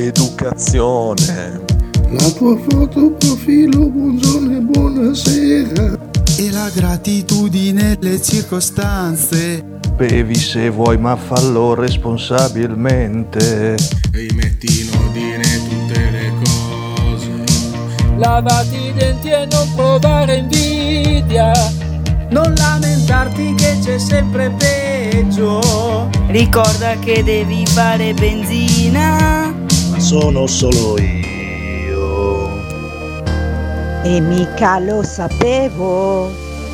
educazione. La tua foto profilo, buongiorno e buonasera. E la gratitudine, le circostanze. Bevi se vuoi ma fallo responsabilmente. E metti in ordine tutte le cose. Lavati i denti e non provare invidia. Non lamentarti che c'è sempre peggio. Ricorda che devi fare benzina. Ma sono solo io. E mica lo sapevo.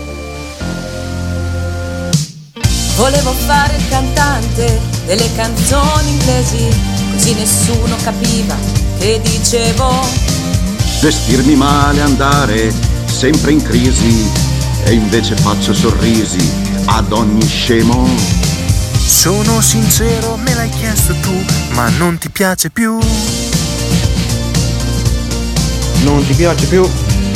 Volevo fare il cantante delle canzoni inglesi, così nessuno capiva che dicevo. Vestirmi male, andare sempre in crisi, e invece faccio sorrisi ad ogni scemo. Sono sincero, me l'hai chiesto tu, ma non ti piace più. Non ti piace più.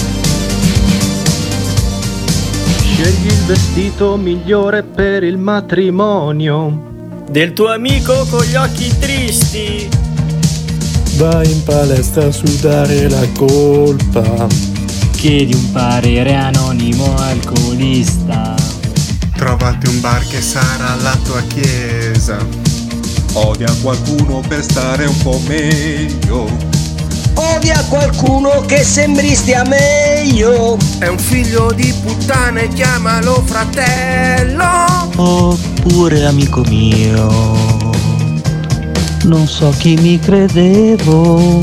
Scegli il vestito migliore per il matrimonio del tuo amico con gli occhi tristi. Vai in palestra a sudare la colpa. Chiedi un parere anonimo alcolista. Trovati un bar che sarà la tua chiesa. Odia qualcuno per stare un po' meglio. Odia qualcuno che sembri stia meglio. È un figlio di puttana e chiamalo fratello. Oppure amico mio, non so chi mi credevo.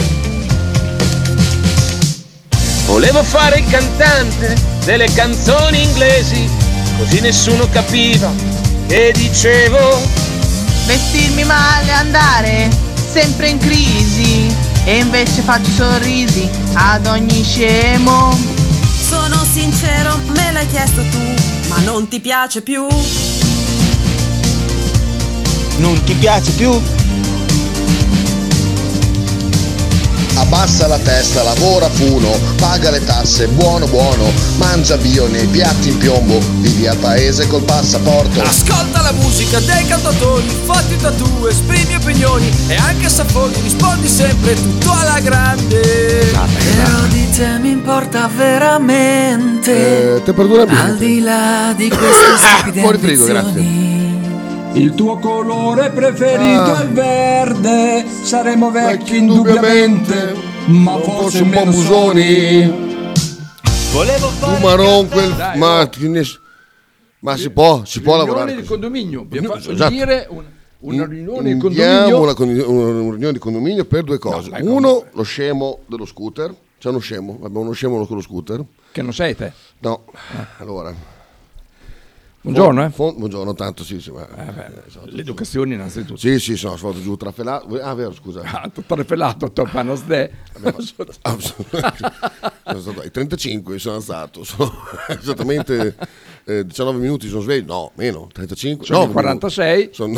Volevo fare il cantante delle canzoni inglesi, così nessuno capiva che dicevo. Vestirmi male, andare sempre in crisi, e invece faccio sorrisi ad ogni scemo. Sono sincero, me l'hai chiesto tu, ma non ti piace più. Non ti piace più? Abbassa la testa, lavora funo, paga le tasse, buono buono, mangia bio nei piatti in piombo, vivi al paese col passaporto. Ascolta la musica dei cantatori, fatti tattoo, esprimi opinioni e anche Saffoni, rispondi sempre tutto alla grande. Però di te mi importa veramente, al di là di queste stupide fuori frigo, grazie. Il tuo colore preferito è il verde, saremo vecchi indubbiamente, ma forse un po' musoni. Volevo fare Maron, ma si può lavorare di così. Condominio, Esatto. dire una riunione di condominio. Una riunione di condominio per due cose. Uno, lo scemo dello scooter. C'è uno scemo, abbiamo uno scemo con lo scooter. Che non sei te? No, allora... Buongiorno, buongiorno, tanto sì. Esatto. L'educazione innanzitutto. Sì, sono stato giù trafelato. Vero, scusa. Trafelato, topano ste. Sono stato ai 35, sono alzato. Sono esattamente 19 minuti sono sveglio. No, meno, 35. Sono 46. Sono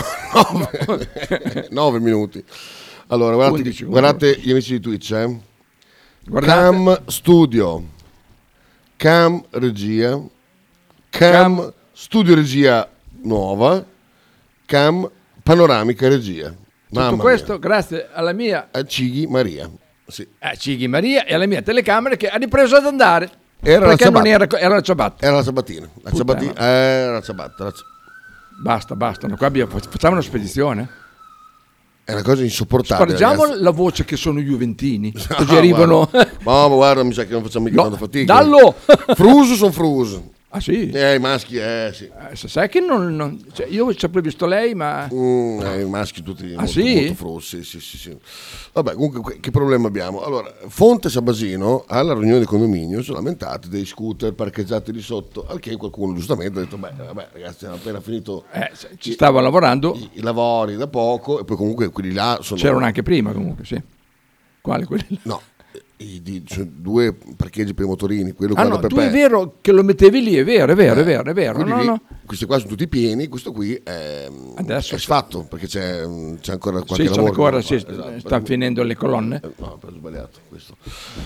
9 minuti. Allora, guardate gli amici di Twitch, Cam Studio, Cam Regia, Cam Studio Regia Nuova, Cam Panoramica Regia. Tutto questo grazie alla mia Cighi Maria. Sì. Cighi Maria e alla mia telecamera che ha ripreso ad andare. Era perché la non era la ciabatta. Era la ciabattina. Era la ciabatta. Basta. Qua facciamo una spedizione. È una cosa insopportabile. Spargiamo la voce che sono juventini. Così arrivano. Guarda, mi sa che non facciamo mica tanta fatica. Dallo! Fruso sono fruso. Ah sì? I maschi, sì. Sai che non cioè, io ho sempre visto lei, ma... I maschi tutti molto frusi, sì. Vabbè, comunque che problema abbiamo? Allora, Fonte Sabasino, alla riunione di condominio, sono lamentati dei scooter parcheggiati lì sotto, al che qualcuno giustamente ha detto, vabbè ragazzi, hanno appena finito... ci stava lavorando. I lavori da poco, e poi comunque quelli là sono... C'erano anche prima comunque, sì. Quali quelli là? No. Due parcheggi per i motorini, quello tu è vero che lo mettevi lì, è vero. No. Questi qua sono tutti pieni, questo qui è sfatto perché c'è ancora qualche lavoro. Ancora, sta finendo le colonne. No, ho sbagliato questo.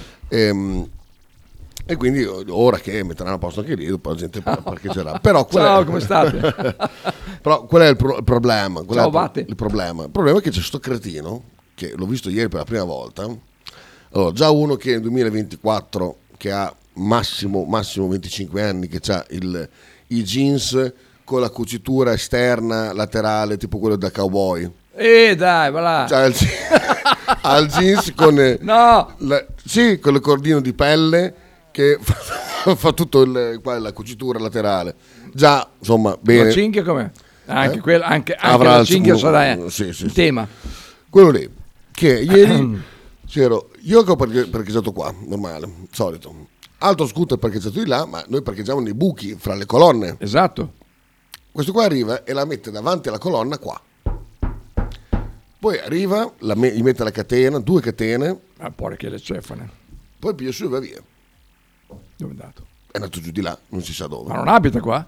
E quindi ora che metteranno a posto anche lì, dopo la gente parcheggerà. Però ciao, come state? Però qual è il problema? Ciao, Vate. Il problema è che c'è sto cretino che l'ho visto ieri per la prima volta. Allora, già uno che nel 2024, che ha massimo 25 anni, che ha i jeans con la cucitura esterna, laterale, tipo quello da cowboy. Dai, va là. Cioè, ha il jeans con con il cordino di pelle che fa tutto la cucitura laterale. Già, insomma, bene. La cinghia com'è? Anche avrà la cinghia sarà il tema. Quello lì, che ieri io che ho parcheggiato qua, normale, solito. Altro scooter parcheggiato di là, ma noi parcheggiamo nei buchi fra le colonne. Esatto. Questo qua arriva e la mette davanti alla colonna qua. Poi arriva, gli mette la catena, 2 catene. Porca le cefane. Poi piglia su e va via. Dove è andato? È andato giù di là, non si sa dove. Ma non abita qua?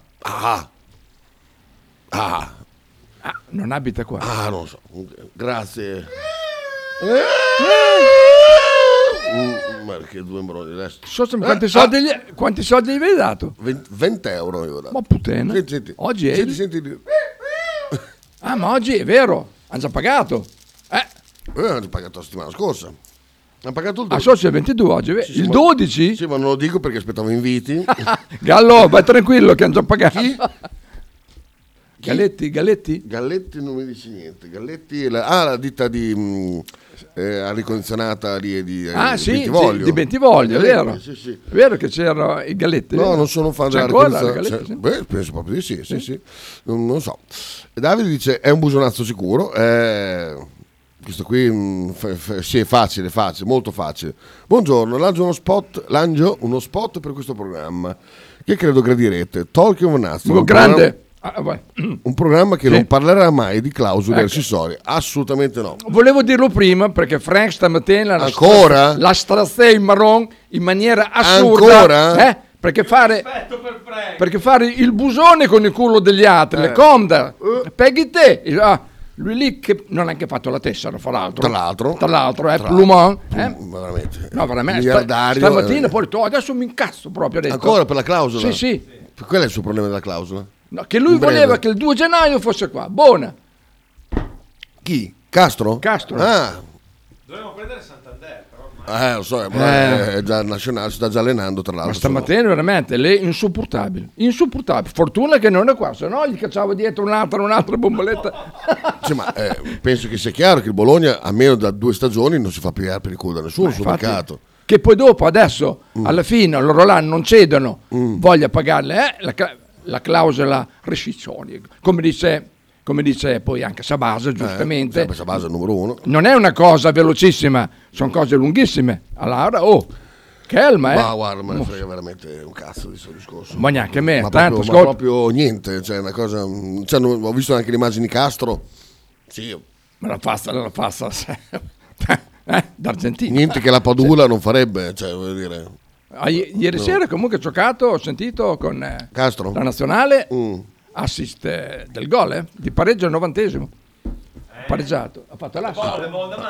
Non abita qua? Non so. Grazie. Ma che 2 imbroni adesso. Quanti soldi gli avevi dato? 20 euro io ho dato. Ma puttana. Senti. Oggi è Senti. ma oggi è vero. Hanno già pagato. Hanno pagato la settimana scorsa. Hanno pagato il 12. So c'è il 22 oggi. Il 12? Sì, ma non lo dico perché aspettavo inviti. Gallo, vai tranquillo che hanno già pagato. Chi? Galletti? Galletti non mi dice niente. Galletti la ditta di aria condizionata di Bentivoglio. Di Bentivoglio, è vero. Sì. È vero che c'erano i Galletti. No, non sono fan dell'aria condizionata. Sì. Penso proprio di sì. Non so. Davide dice è un busonazzo sicuro. Questo qui sì, è facile, molto facile. Buongiorno, lancio uno spot per questo programma che credo gradirete. Talking of Nazio. Grande. Un programma che non parlerà mai di clausole accessorie, assolutamente no. Volevo dirlo prima perché Frank stamattina la strazzè in marron in maniera assurda. Ancora? Perché fare il busone con il culo degli altri, le conda, peghi te. Lui lì che non ha anche fatto la tessera, fra l'altro, Plumon, veramente. No, veramente. Miliardario. Stamattina poi adesso mi incazzo proprio. Ancora per la clausola? Sì. Qual è il suo problema della clausola? No, che lui voleva che il 2 gennaio fosse qua. Buona. Chi? Castro? Dovevamo prendere Santander, però. Lo so, è già nazionale, si sta già allenando tra l'altro. Ma stamattina veramente lei è insopportabile. Fortuna che non è qua, se no gli cacciavo dietro un'altra bomboletta. Sì, ma penso che sia chiaro che il Bologna, a meno da 2 stagioni, non si fa pigliare per il culo da nessuno sul mercato. Che poi dopo, adesso, alla fine, loro là non cedono, voglia pagarle la clausola rescissione, come dice poi anche Sabasa, giustamente. Sabasa è il numero 1. Non è una cosa velocissima, sono cose lunghissime. Allora, calma, Ma guarda, me ne frega veramente un cazzo di questo discorso. Ma neanche me, ma tanto proprio niente, cioè una cosa. Ho visto anche le immagini Castro. Sì. Ma la passa d'Argentina. Niente che la Padula non farebbe, cioè voglio dire. Ieri sera comunque giocato, ho sentito con Castro, la nazionale, assist del gol di pareggio al 90esimo. Pareggiato, ha fatto l'assist.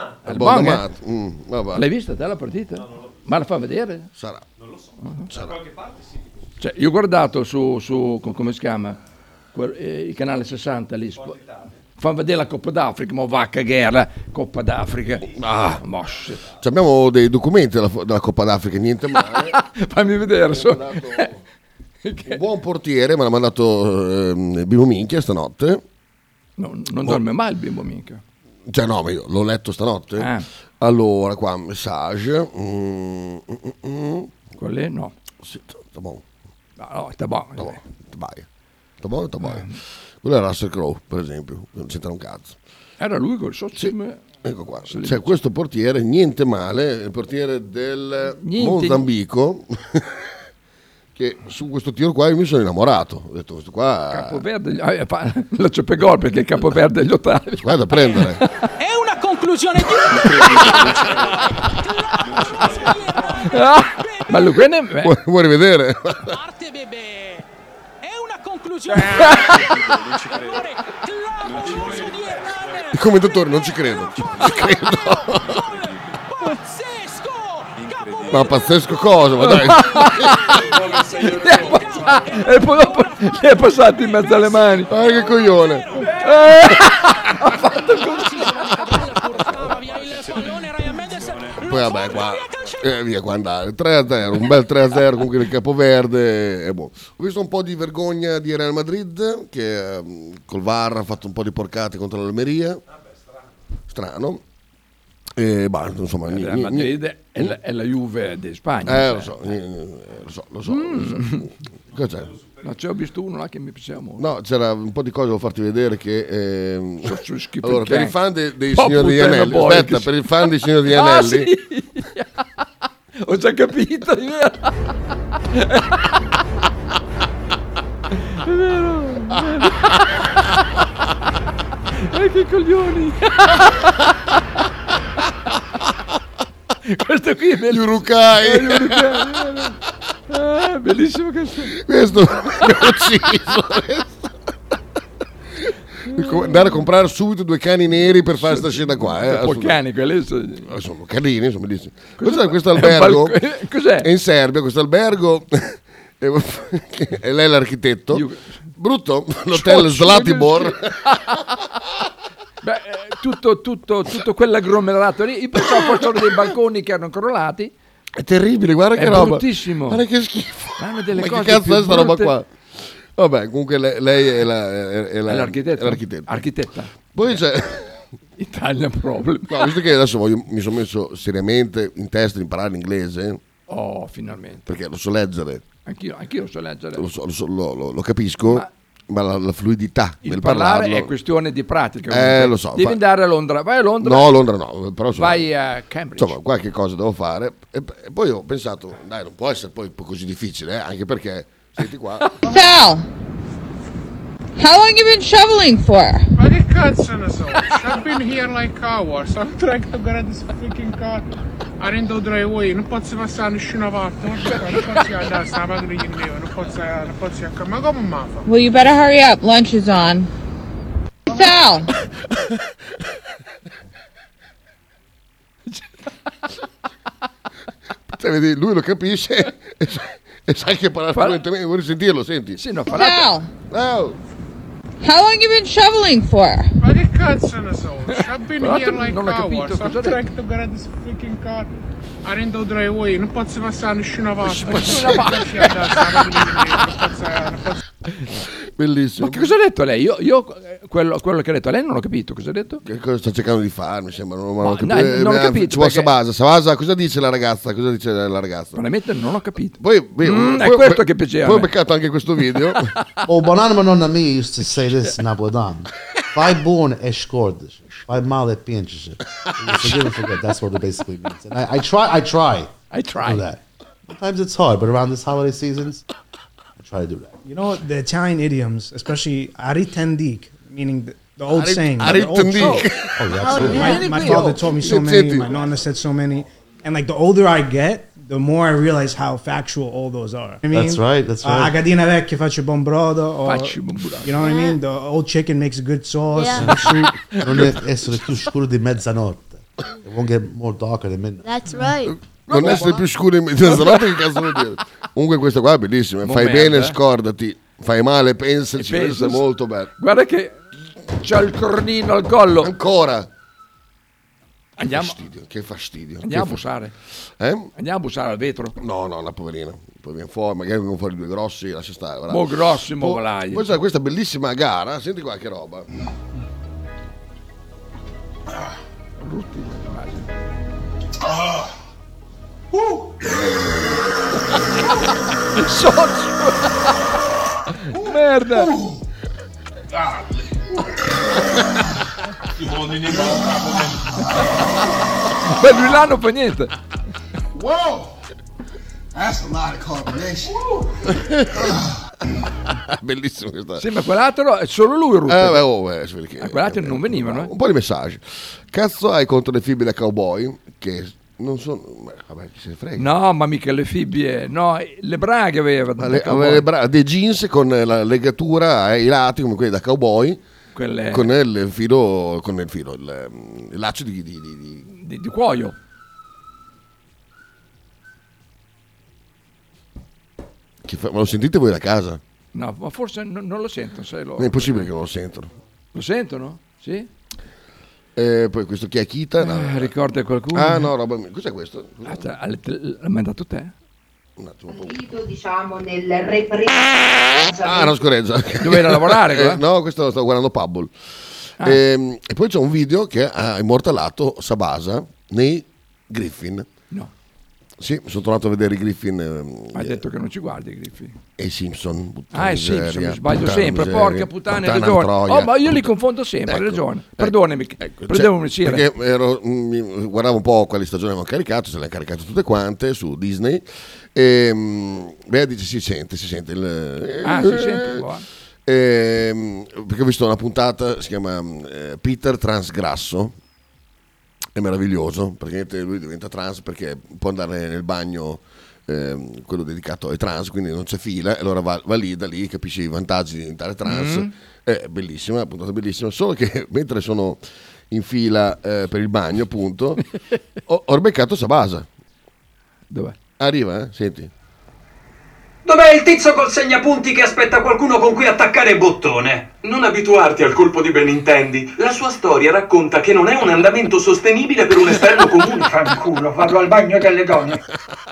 L'hai vista te la partita? No, ma la fa vedere? Sarà. Non lo so. Da qualche parte sì. Cioè, io ho guardato su come si chiama? Il canale 60 lì. Fa vedere la Coppa d'Africa, ma va a cagare Coppa d'Africa. Abbiamo dei documenti della Coppa d'Africa, niente male. Fammi vedere. Un buon portiere, me l'ha mandato Bimbo Minchia stanotte. Non dorme mai il Bimbo Minchia. Cioè no, ma io l'ho letto stanotte. Allora, qua message. Quello no. Sì, sta buono. No, sta buono. Sta buono. Quello è Russell Crowe, per esempio, non c'entra un cazzo. Era lui col suo Ecco qua. C'è questo portiere, niente male, il portiere del Mozambico, che su questo tiro qua io mi sono innamorato. Ho detto, questo qua... Capoverde, lo Cepegol perché il Capoverde agli ottavi. Guarda a prendere. È una conclusione di... Ma vuoi rivedere? Parte bebè. È una conclusione. I commentatori non ci credo. Ma pazzesco cosa? Ma dai. E poi dopo li è passato in mezzo alle mani. Che coglione. Ha fatto così. Poi vabbè qua via qua andare 3-0, un bel 3-0 comunque il Capoverde e boh. Ho visto un po' di vergogna di Real Madrid che col VAR ha fatto un po' di porcate contro l'Almeria. Strano. E basta, insomma, Real Madrid è la Juve di Spagna. Lo so. Cos'è? No, c'è ho visto uno là che mi piaceva molto. No, c'era un po' di cose, devo farti vedere che allora, per i fan dei Signori degli Anelli, aspetta, per i fan dei Signori degli Anelli, sì. Ho già capito, è vero. Che coglioni. Questo qui è gli Urukai. Bellissimo questo mi ha ucciso. Andare a comprare subito 2 cani neri per fare questa scena qua. Cani, quelli sono canini, sono bellissimi. Questo albergo cos'è? È in Serbia, questo albergo e lei è l'architetto. Brutto, l'hotel Zlatibor. Beh, tutto quell'agglomerato lì. Io pensavo fossero dei balconi che erano crollati. È terribile, guarda che è roba. Bruttissimo. Guarda che schifo. Ma che cazzo è sta roba qua? Vabbè, comunque lei è l'architetta. Poi c'è Italian problem. No, visto che adesso mi sono messo seriamente in testa di imparare l'inglese. Oh, finalmente. Perché lo so leggere. Anch'io lo so leggere. Lo capisco. Ma la fluidità il del parlare parlarlo è questione di pratica. Lo so. Devi andare a Londra. Vai a Londra. No, Londra no. Però vai a Cambridge. Insomma, qualche cosa devo fare. E poi ho pensato, dai, non può essere poi così difficile, anche perché, senti qua. Sal, how long you been shoveling for? Ma che cazzo ne so? I've been here like hours. I'm trying to get this freaking car. Arendo driveway, non posso passare da nessuna parte, non posso andare, sta padriglia mia, non posso ma come ma fa? Well, you better hurry up, lunch is on. Sal! Vedi, lui lo capisce e sai che parla fluentemente, vuoi sentirlo, senti? Sì, no, Sal! Oh. How long you been shoveling for? Ma che cazzo ne so? I've been here like hours. I'm trying to get this freaking car. Arendo driveway, non posso passare da nessuna parte. Bellissimo. Ma che cosa ha detto lei? Io quello che ha detto lei non ho capito. Cosa ha detto? Che cosa sta cercando di fare? Mi sembra. Non ho capito. Sabasa, cosa dice la ragazza? Veramente non ho capito. Poi, è questo che piaceva. Poi ho beccato anche questo video. Banana nonna mia used to say this in Abudan. Fai buon e scordes. Fai male e pianges. Forgive and forget. That's what it basically means. And I try to do that. Sometimes it's hard, but around this holiday seasons, I try to do that. You know, the Italian idioms, especially aritendik, meaning the old saying. Aritendik. Oh, yeah, absolutely. My father taught me so many, my nonna said so many. And like the older I get, the more I realize how factual all those are. I mean, that's right. Agadina vecchia faccio buon brodo. Or, you know what I mean? The old chicken makes a good sauce. Yeah. Non è essere più scuro di mezzanotte. It won't get more darker than midnight. That's right. Non essere più scuro di mezzanotte, che cazzo vuol dire? Comunque questa qua è bellissima. Fai bene, scordati. Fai male, pensaci. Questo è molto bello. Guarda che c'ha il cornino al collo. Ancora. Andiamo. Che fastidio. Andiamo a bussare. Andiamo a bussare al vetro. No, la poverina. Poi viene fuori, magari vengono fuori 2 grossi, lascia stare. Mo grossi, mo volai. Poi c'è questa bellissima gara, senti qua che roba. Brutti, merda. Beh, lui là non fa niente. Wow, that's a lot of carbonation. Bellissimo questa. Sì, ma quell'altro è solo lui perché quell'altro non venivano. Un po' di messaggi. Cazzo hai contro le fibbie cowboy che non sono, vabbè, chi se ne frega. No, ma mica le fibbie, no, le braghe aveva dei jeans con la legatura ai lati come quelli da cowboy. Con il filo, il laccio di cuoio. Ma lo sentite voi da casa? No, ma forse non lo sentono. È impossibile che non lo sentono. Lo sentono? Sì? Poi questo chi è Kita? No. Ricorda qualcuno? Ah no, roba mia. Cos'è questo? L'hai mandato te? Un attimo. Diciamo nel represa. Ah, no, scorreggia. Dove era a lavorare qua? No, questo stavo guardando Pubble. E poi c'è un video che ha immortalato Sabasa nei Griffin. No. Sì, mi sono tornato a vedere i Griffin. Hai detto che non ci guardi i Griffin. E i Simpson. I Simpson, mi sbaglio sempre. Porca puttana, hai ragione. Oh, ma io li confondo sempre, hai ragione. Perdonami. Perdonami, perché guardavo un po' quali stagioni avevano caricato, se le ha caricate tutte quante su Disney. E Bea dice si sente si sente, buono. Perché ho visto una puntata, si chiama Peter Transgrasso. È meraviglioso, praticamente lui diventa trans perché può andare nel bagno, quello dedicato ai trans, quindi non c'è fila, e allora va lì, da lì capisce i vantaggi di diventare trans. È bellissima, una puntata bellissima, solo che mentre sono in fila per il bagno, appunto, ho beccato Sabasa. Dov'è? Arriva, senti. Dov'è il tizio col segnapunti che aspetta qualcuno con cui attaccare bottone? Non abituarti al colpo di benintendi. La sua storia racconta che non è un andamento sostenibile per un esterno comune. Fanculo, vado al bagno delle donne.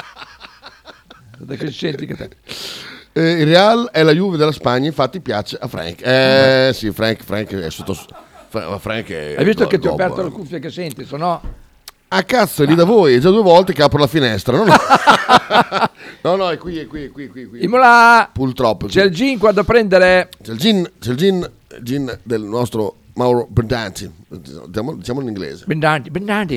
Da che senti che te? Il Real è la Juve della Spagna, infatti piace a Frank. Sì, Frank è sotto. Frank è. Hai visto che ti ho aperto la cuffia che senti? Se no. Ah cazzo, è lì da voi, è già 2 volte che apro la finestra. No, è qui. Imola! Purtroppo. C'è il gin qua da prendere. C'è il gin del nostro Mauro Bendanti. Diciamo in inglese. Bendanti.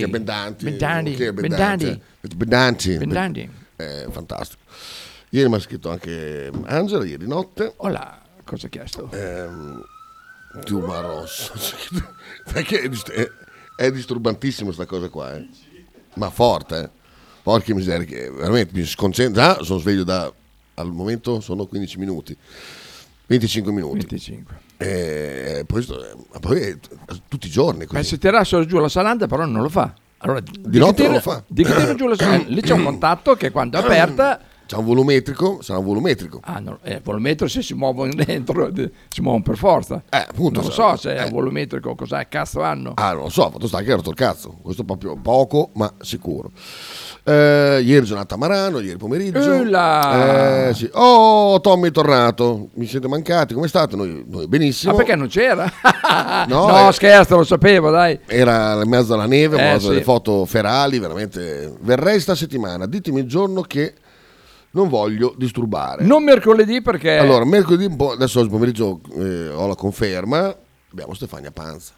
Fantastico. Ieri mi ha scritto anche Angela, ieri notte. Hola, cosa ha chiesto? Piuma rosso. Perché è disturbantissimo sta cosa qua, ma forte, porca miseria, che veramente mi sconcentra. Già sono sveglio al momento sono 15 minuti, 25 minuti. 25. Poi è tutti i giorni così. Se tirassero giù la salanda però non lo fa. Allora, di notte non lo fa. Di che tira giù la salanda? Lì c'è un contatto che quando è aperta. C'è un volumetrico, sarà un volumetrico. Ah, no, volumetrico se si muovono dentro, si muovono per forza. Appunto. Non lo so se è un volumetrico, cos'è, cazzo hanno. Ah, non lo so, fatto sta che ha rotto il cazzo. Questo proprio poco, ma sicuro. Ieri giornata a Marano, ieri pomeriggio. Sì. Oh, Tommy è tornato. Mi siete mancati, come state? Noi benissimo. Ma perché non c'era? No, scherzo, lo sapevo, dai. Era in mezzo alla neve, sì. Le foto ferali, veramente. Verrei sta settimana, ditemi il giorno che non voglio disturbare. Non mercoledì perché. Allora, mercoledì adesso oggi pomeriggio ho la conferma. Abbiamo Stefania Panza.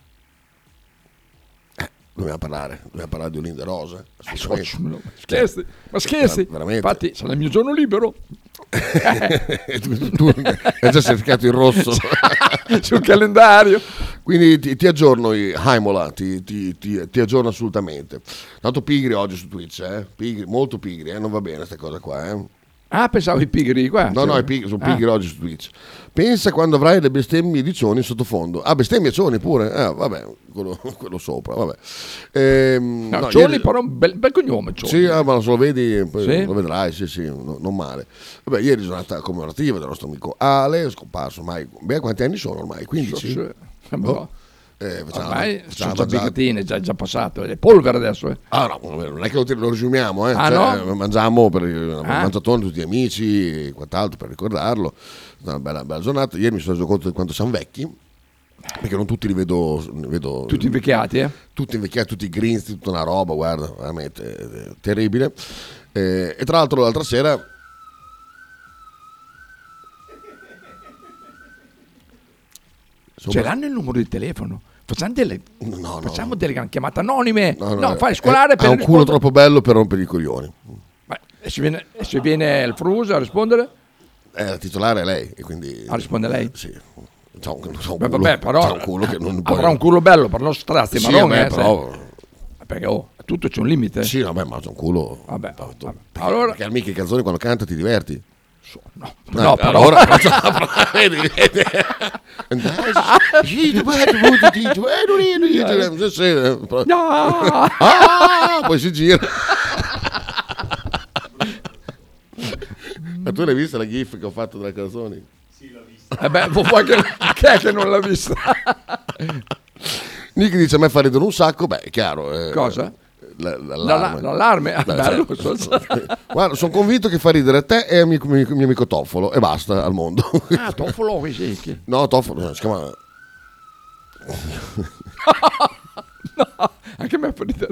Dobbiamo parlare di Olinda Rosa. Scherzi, ma scherzi. Veramente. Infatti sarà il mio giorno libero. tu hai già certificato il rosso sul calendario. Quindi ti aggiorno, Heimola, ti aggiorno assolutamente. Tanto pigri oggi su Twitch, pigri, molto pigri, non va bene questa cosa qua. Ah, pensavo i pigri qua. No, sono pigri oggi su Twitch. Pensa quando avrai le bestemmie di Cioni in sottofondo. Ah, bestemmie Cioni pure? Vabbè, quello sopra, vabbè. No, Cioni però un bel cognome, Cioni. Sì, ma se lo vedi, poi lo vedrai, sì, non male. Vabbè, ieri giornata commemorativa del nostro amico Ale, è scomparso ormai. Beh, quanti anni sono ormai? 15? Ormai sono già bigatine, già passato, è polvere adesso. Ah no, non è che lo risumiamo, no? Mangiamo per mangiatone tutti gli amici e quant'altro per ricordarlo. Una bella giornata. Ieri mi sono reso conto di quanto siamo vecchi, perché non tutti li vedo tutti invecchiati, tutti invecchiati, tutti grinzi, tutta una roba, guarda, veramente terribile. E tra l'altro l'altra sera ce l'hanno il numero di telefono? Facciamo delle chiamate anonime. No, fai scolare per ha un culo troppo bello per rompere i coglioni. E se viene il Frus a rispondere? La titolare è lei e quindi risponde lei? Sì. Vabbè, però c'ha un culo che non avrà un culo bello per non strazzi marrone, però perché tutto c'è un limite. Sì, vabbè, ma c'è un culo. Vabbè. Allora, perché mica i canzoni quando canta ti diverti? No, però allora poi si gira. Ma tu l'hai vista la gif che ho fatto delle canzoni? Sì, l'ho vista. Chi è che non l'ha vista? Nick dice: a me fa ridere un sacco. Beh, è chiaro. Cosa? L'allarme. Bello. Guarda, sono convinto che fa ridere te e il mio amico Toffolo e basta al mondo. Toffolo sì. No, Toffolo si chiama. No, anche a me fa ridere.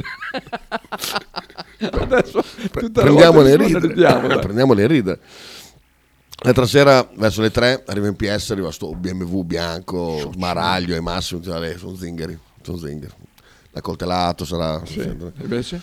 Adesso prendiamole a ridere. L'altra sera verso le 3 arriva in PS, arriva sto BMW bianco, smaraglio ai massimi, sono zingari. L'accoltellato sarà. Sì. Invece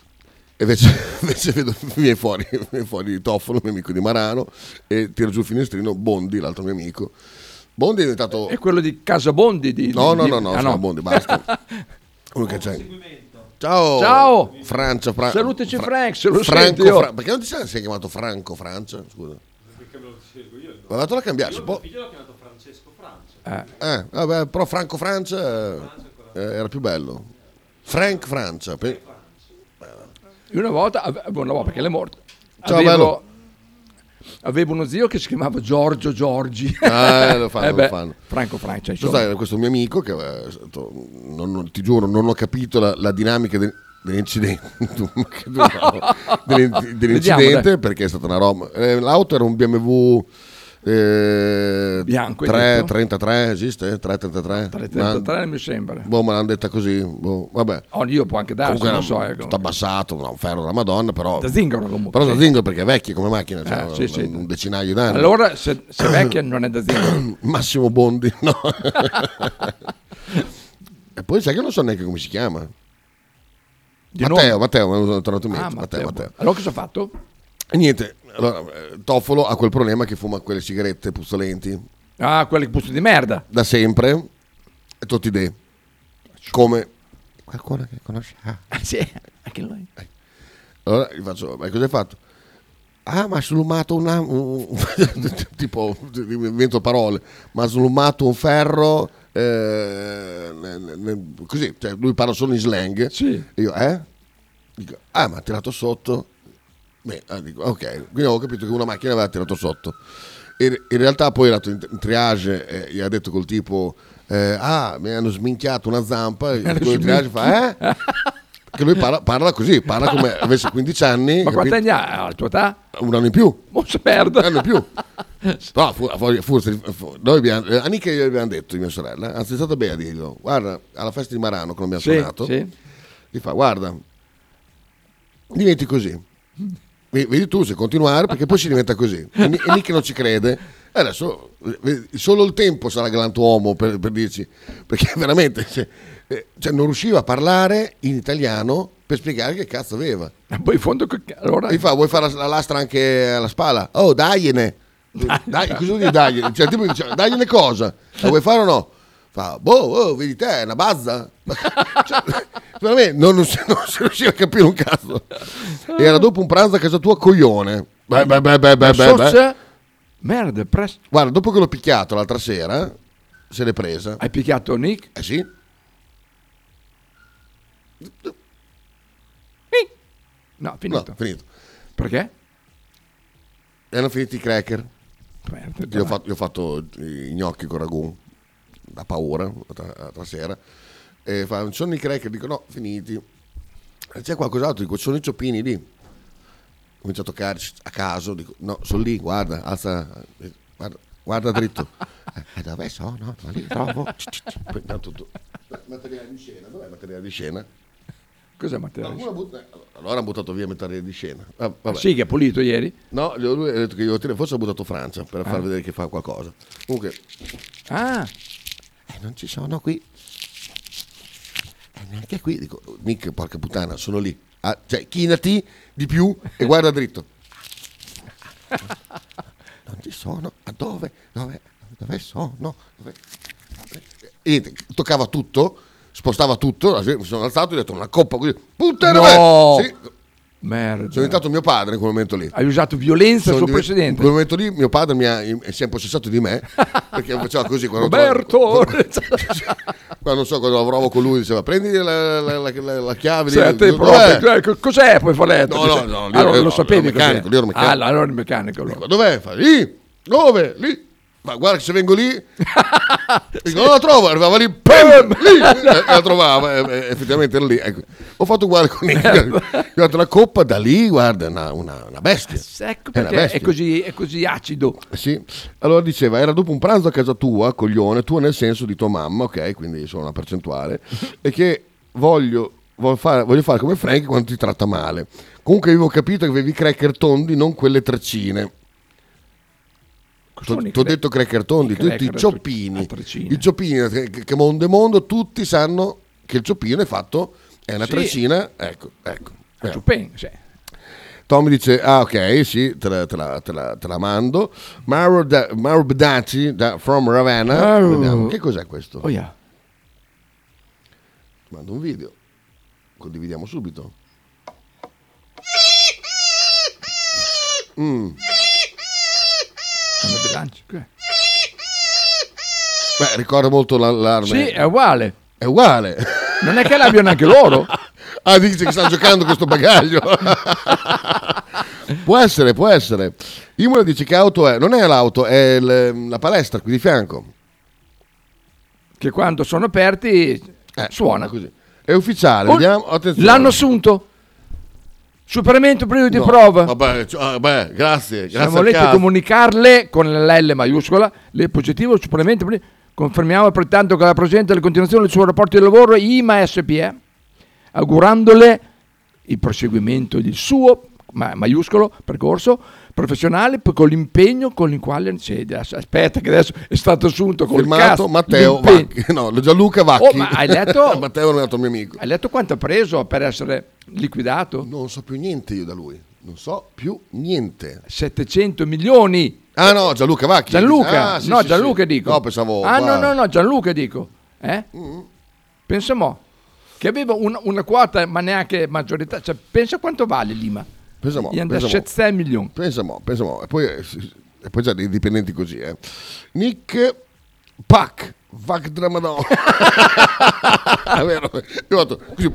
vedo viene fuori Toffolo, mio amico di Marano, e tira giù il finestrino Bondi, l'altro mio amico. Bondi è diventato. È quello di Casa Bondi? No, Bondi, basta. Uno che c'è. Ciao. Francia. Salutaci Frank, se lo Franco, senti. perché non ti sei chiamato Franco Francia? Scusa. Perché me lo scelgo io. Ma vado a cambiare. Mio figlio l'ho chiamato Francesco Francia. Vabbè, però Franco Francia era più bello. Frank Francia. Io una volta, perché l'è morto. Ciao, bello. Avevo uno zio che si chiamava Giorgio Giorgi. Lo fanno. Franco Francia. Questo mio amico che ti giuro, non ho capito la dinamica dell'incidente perché è stata una roba. L'auto era un BMW bianco 333, esiste? 333? 333 mi sembra. Me l'hanno detta così. Vabbè. Io può anche darsi, non so. Tutto abbassato, un ferro della Madonna, però. Da zingaro comunque. Però da zingaro perché è vecchia come macchina, un decinaio d'anni. Allora, se vecchia non è da zingaro. Massimo Bondi, no. E poi sai che non so neanche come si chiama. Matteo, mi è tornato in mente. Matteo. Allora cosa ha fatto? E niente, allora Toffolo ha quel problema che fuma quelle sigarette puzzolenti. Quelle che puzzano di merda. Da sempre, e tutti idee. Come qualcuno che conosce. Sì, anche lui. Allora gli faccio, ma cosa hai fatto? Ma ha slumato tipo, invento parole, ma ha slumato un ferro, così, cioè lui parla solo in slang. Sì. E io, Dico, ma ha tirato sotto. Beh, dico, ok, quindi avevo capito che una macchina aveva tirato sotto. E in realtà poi è andato in triage e gli ha detto col tipo, mi hanno sminchiato una zampa. E il triage fa, Che lui parla così, parla come avesse 15 anni. Ma quanti anni ha la tua età? Un anno in più. Non si perde. Un anno in più. No, noi a Nick gli abbiamo detto, di mia sorella, anzi è stata bene a dirlo, guarda, alla festa di Marano che non abbiamo suonato, gli fa, guarda, diventi così. Vedi tu se continuare, perché poi si diventa così. E Nick non ci crede. Adesso solo il tempo sarà galantuomo per dirci, perché veramente cioè non riusciva a parlare in italiano per spiegare che cazzo aveva. Poi in fondo allora gli fa, vuoi fare la lastra anche alla spalla? Oh, dagliene. Dai, cosa vuol dire dagliene? Cioè, tipo dice, dagliene cosa? La vuoi fare o no? Fa, vedi te, è una bazza. Cioè, veramente non si riusciva a capire un cazzo. Era dopo un pranzo a casa tua, coglione. Merda, guarda, dopo che l'ho picchiato l'altra sera, se l'è presa. Hai picchiato Nick? Sì. No, finito. No, finito. Perché? Erano finiti i cracker. Merda, io ho fatto i gnocchi con ragù da paura l'altra sera. E fa, sono i cracker, dico no, finiti. C'è qualcos'altro, dico sono i cioppini lì. Ho cominciato a toccare a caso, dico no, sono lì, guarda, alza, guarda dritto. Dove sono? Ma lì trovo. Poi tutto. Materiale di scena, dov'è il materiale di scena? Cos'è materiale di scena? Allora hanno buttato via il materiale di scena. Sì, che ha pulito ieri? No, lui ha detto che io forse ha buttato Francia per far vedere che fa qualcosa. Comunque. Non ci sono qui. Neanche qui. Dico, Nick, porca puttana, sono lì. Cioè, chinati di più e guarda dritto. Non ci sono. Ma dove? Dove sono? E niente, toccava tutto, spostava tutto. Mi sono alzato e ho detto una coppa così. Puttana! No! Sì. Merda. Sono diventato mio padre in quel momento lì. Hai usato violenza sul precedente. In quel momento lì mio padre si è impossessato di me perché faceva così quando Roberto quando non so quando lavoravo con lui diceva prendi la chiave cos'è poi Foletto? No, allora lo sapevi meccanico, allora il meccanico dov'è? Fa, lì dove? Lì Ma guarda che se vengo lì, dico, non la trovo, arrivava lì, lì, la trovava, effettivamente era lì. Ecco. Ho fatto uguale con la coppa, da lì, guarda, una bestia. Ecco perché è così acido. Sì, allora diceva, era dopo un pranzo a casa tua, coglione, tua nel senso di tua mamma, ok, quindi sono una percentuale, e che voglio fare come Frank quando ti tratta male. Comunque avevo capito che avevi cracker tondi, non quelle treccine. Ti ho detto cracker tondi, tutti i cioppini. I cioppini che mondo tutti sanno che il cioppino è una treccina. Ecco. Ciuppin, sì. Tommy dice, ok, sì, te la mando. Mauro Bedacci from Ravenna. Vediamo, che cos'è questo? Oh yeah. Ti mando un video. Condividiamo subito. Beh, ricorda molto l'allarme. Sì, è uguale. È uguale. Non è che l'abbiano anche loro? Dice che stanno giocando questo bagaglio. Può essere. Imola dice che auto è. Non è l'auto, è la palestra qui di fianco. Che quando sono aperti suona così. È ufficiale, vediamo. Attenzione. L'hanno assunto. Superamento periodo di prova. Vabbè, grazie. Se volete comunicarle con l'L maiuscola, le positive superamento. Confermiamo pertanto che la presente alla continuazione del suo rapporto di lavoro IMA SPE, augurandole il proseguimento del suo maiuscolo percorso professionale con l'impegno con il quale aspetta che adesso è stato assunto col firmato Matteo Vacchi. No, Gianluca Vacchi. Ma hai letto? Matteo non è stato mio amico. Hai letto quanto ha preso per essere liquidato? Non so più niente io da lui. Non so più niente. 700 milioni. Ah no, Gianluca Vacchi. Gianluca, sì, Gianluca sì. dico. No, pensavo. No, Gianluca dico. Pensa mo che aveva una quota, ma neanche maggioritaria. Cioè, pensa quanto vale l'IMA. Pensa mo. 700 milioni. Pensa mo. E poi già dei dipendenti così, Nick Pac. Vac Dramadon. È vero. Io ho fatto così.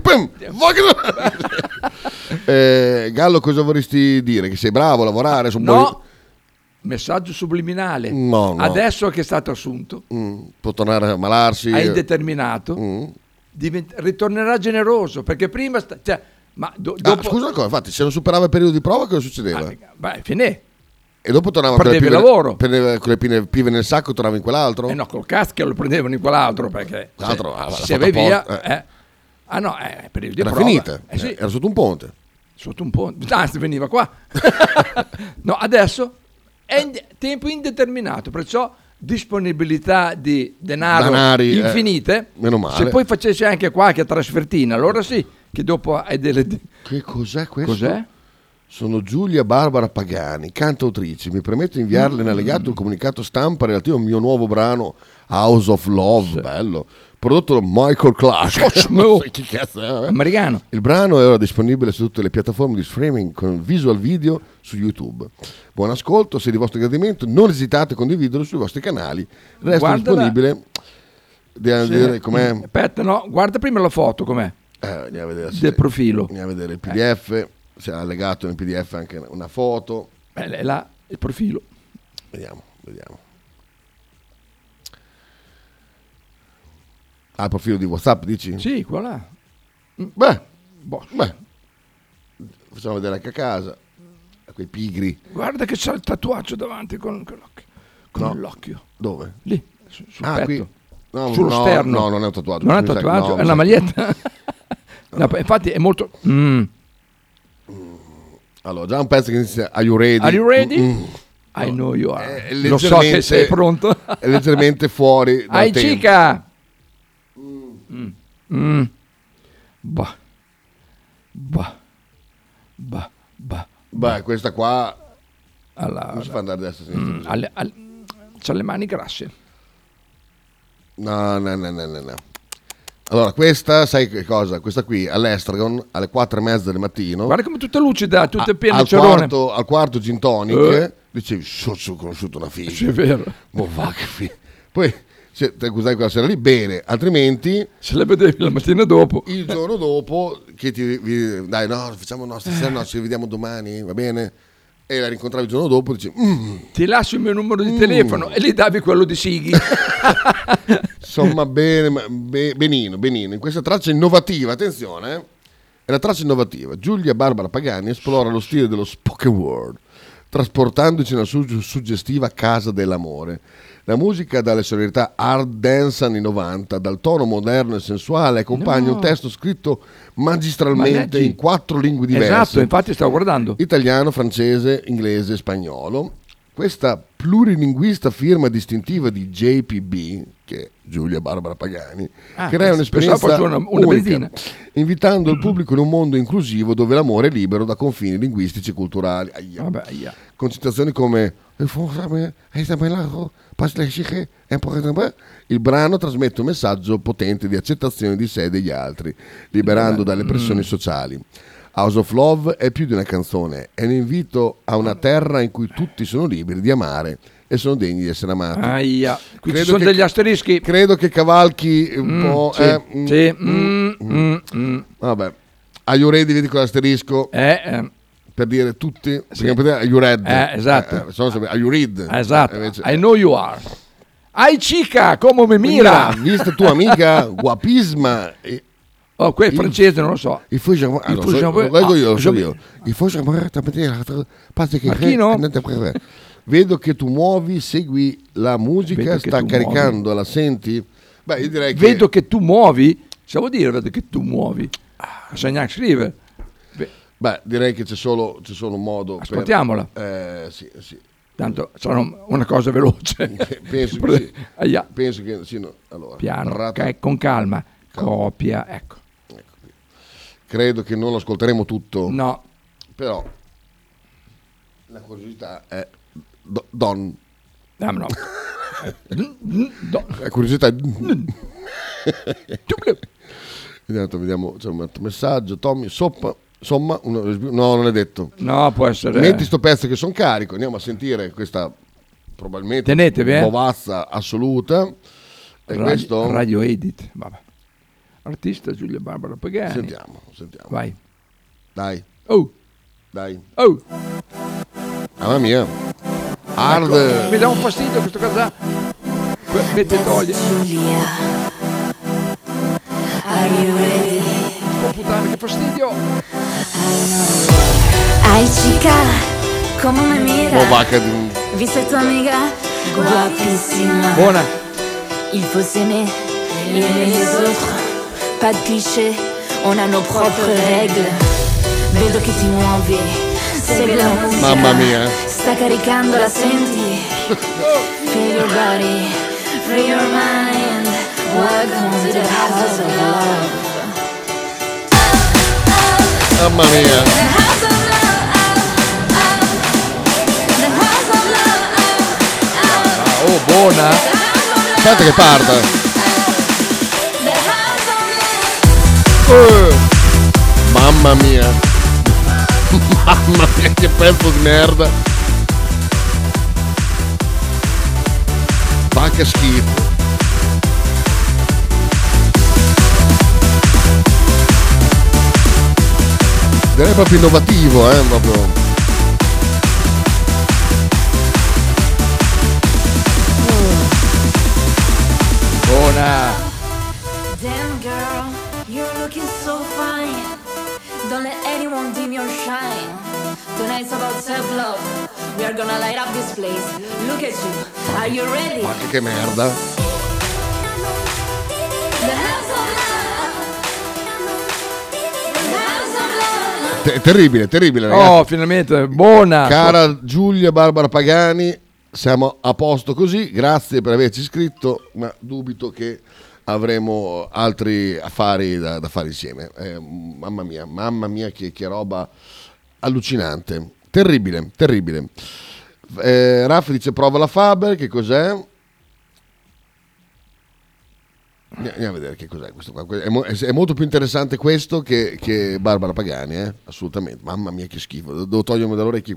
Gallo, cosa vorresti dire? Che sei bravo a lavorare? Messaggio subliminale. No. Adesso che è stato assunto, può tornare a ammalarsi. È indeterminato. Ritornerà generoso perché prima. Dopo... scusa una cosa, infatti, se non superava il periodo di prova, cosa succedeva? Finì. E dopo tornava perdevi il lavoro. Prendeva con le pive nel sacco, tornava in quell'altro? No, col cazzo che lo prendevano in quell'altro perché se vai via. Periodo di era prova. Finita. Sì. Era sotto un ponte. Anzi, veniva qua. No, adesso è tempo indeterminato, perciò disponibilità di denari infinite. Meno male. Se poi facessi anche qualche trasfertina, allora sì, che dopo hai delle. Che cos'è questo? Cos'è? Sono Giulia Barbara Pagani, cantautrice. Mi permetto di inviarle in allegato il comunicato stampa relativo al mio nuovo brano House of Love, bello, prodotto da Michael Clark. Chi cazzo è? Americano. Il brano è ora disponibile su tutte le piattaforme di streaming con visual video su YouTube. Buon ascolto, se di vostro gradimento non esitate a condividerlo sui vostri canali. Resta disponibile. Com'è? Aspetta, no, guarda prima la foto com'è. Andiamo a vedere del profilo. Andiamo a vedere il PDF. Si è allegato nel PDF anche una foto. È là il profilo. Vediamo. Il profilo di WhatsApp, dici? Sì, qua là. Beh. Facciamo vedere anche a casa. A quei pigri. Guarda che c'ha il tatuaggio davanti con l'occhio. Dove? Lì, sul petto. Qui. No, sullo sterno. No, non è un tatuaggio. Non è un tatuaggio, è una maglietta. No, infatti è molto. Allora, già un pezzo che inizia. Are you ready? Are you ready? I know you are. Lo so che sei pronto. È leggermente fuori dal tempo. Cica! Beh, questa qua. Allora, non si fa andare a destra sinistra. C'ha le mani grasse. No. Allora, questa, sai che cosa? Questa qui all'Estragon alle 4:30 del mattino. Guarda come tutta lucida, tutta piena di cerone. Al quarto gin tonic dicevi, ho conosciuto una figlia. Sì, è vero. Poi, se te gustavi quella sera lì, bene, altrimenti. Se la vedevi la mattina dopo. Il giorno dopo, che dai, no, facciamo stasera, no, ci vediamo domani, va bene? e la rincontravi il giorno dopo, dici ti lascio il mio numero di telefono e gli davi quello di Sighi. Insomma, benino. In questa traccia innovativa, attenzione, è la traccia innovativa. Giulia Barbara Pagani esplora lo stile dello spoken word, trasportandoci nella suggestiva casa dell'amore. La musica dalle sonorità hard dance anni 90, dal tono moderno e sensuale, accompagna un testo scritto magistralmente in 4 lingue diverse. Esatto, infatti stavo guardando. Italiano, francese, inglese e spagnolo. Questa plurilinguista firma distintiva di JPB, che è Giulia Barbara Pagani, crea un'esperienza unica, invitando il pubblico in un mondo inclusivo dove l'amore è libero da confini linguistici e culturali. Con citazioni come il brano trasmette un messaggio potente di accettazione di sé e degli altri, liberando dalle pressioni sociali. House of Love è più di una canzone, è un invito a una terra in cui tutti sono liberi di amare e sono degni di essere amati. Qui ci sono degli asterischi. Credo che cavalchi un po'. Vabbè, Are you ready? Vedi con l'asterisco per dire tutti. Per dire Are you read? Esatto. Are you read? Esatto. I know you are. Ai chica, come mi mira. Vista tua amica guapisma. Qui è francese, non lo so. Il faut leggo io, so io. Il faut vedo che tu muovi, segui la musica, sta caricando, la senti? Beh, io direi che vedo che tu muovi, se vuol dire vedo che tu muovi. Sa neanche scrivere. Beh, direi che c'è solo un modo. Ascoltiamola. Sì. Tanto sarà una cosa veloce. Penso che sì. Penso che sì, no. Allora, piano, con calma. Copia, ecco. Credo che non lo ascolteremo tutto. No. Però la curiosità è Don. No. La curiosità è vediamo, c'è un altro messaggio. Tommy, insomma, no, non è detto. No, può essere. Metti sto pezzo che sono carico, andiamo a sentire questa probabilmente bovazza assoluta. E questo Radio Edit, vabbè. Artista Giulia Barbara Pagani. Sentiamo. Vai. Dai. Dai. Mamma mia. Hard. Ecco, mi dà un fastidio questo cosa. Mette toglie. Giulia. Are you ready? Oh puttana, che fastidio. Ai chica, come me mira. Vista tua amica guapissima. Buona. Il faut s'aimer et aimer les autres. Pas de clichés, on a nos propres règles. Vedo che ti muovi, segui la musica. Mamma mia. Sta caricando, la senti. Feel your body, free your mind. Welcome to the house of love. Mamma mia. The house of love. Oh, buona. Aspetta che parta. Mamma mia. Mamma mia, che pezzo di merda. Va che schifo. Direi proprio innovativo, proprio. Buona. Damn girl, you're looking so fine. Don't let anyone dim your shine. Tonight's about self-love. We are gonna light up this place. Look at you. Are you ready? Ma che merda. The house of love. The house of love. Terribile, ragazzi. Oh, finalmente, buona. Cara Giulia Barbara Pagani, siamo a posto così. Grazie per averci iscritto, ma dubito che avremo altri affari da fare insieme. Mamma mia, che roba allucinante. Terribile. Raffi dice prova la Faber, che cos'è? Andiamo a vedere che cos'è questo qua. È molto più interessante questo che Barbara Pagani, assolutamente. Mamma mia, che schifo. Devo togliermi dall'orecchio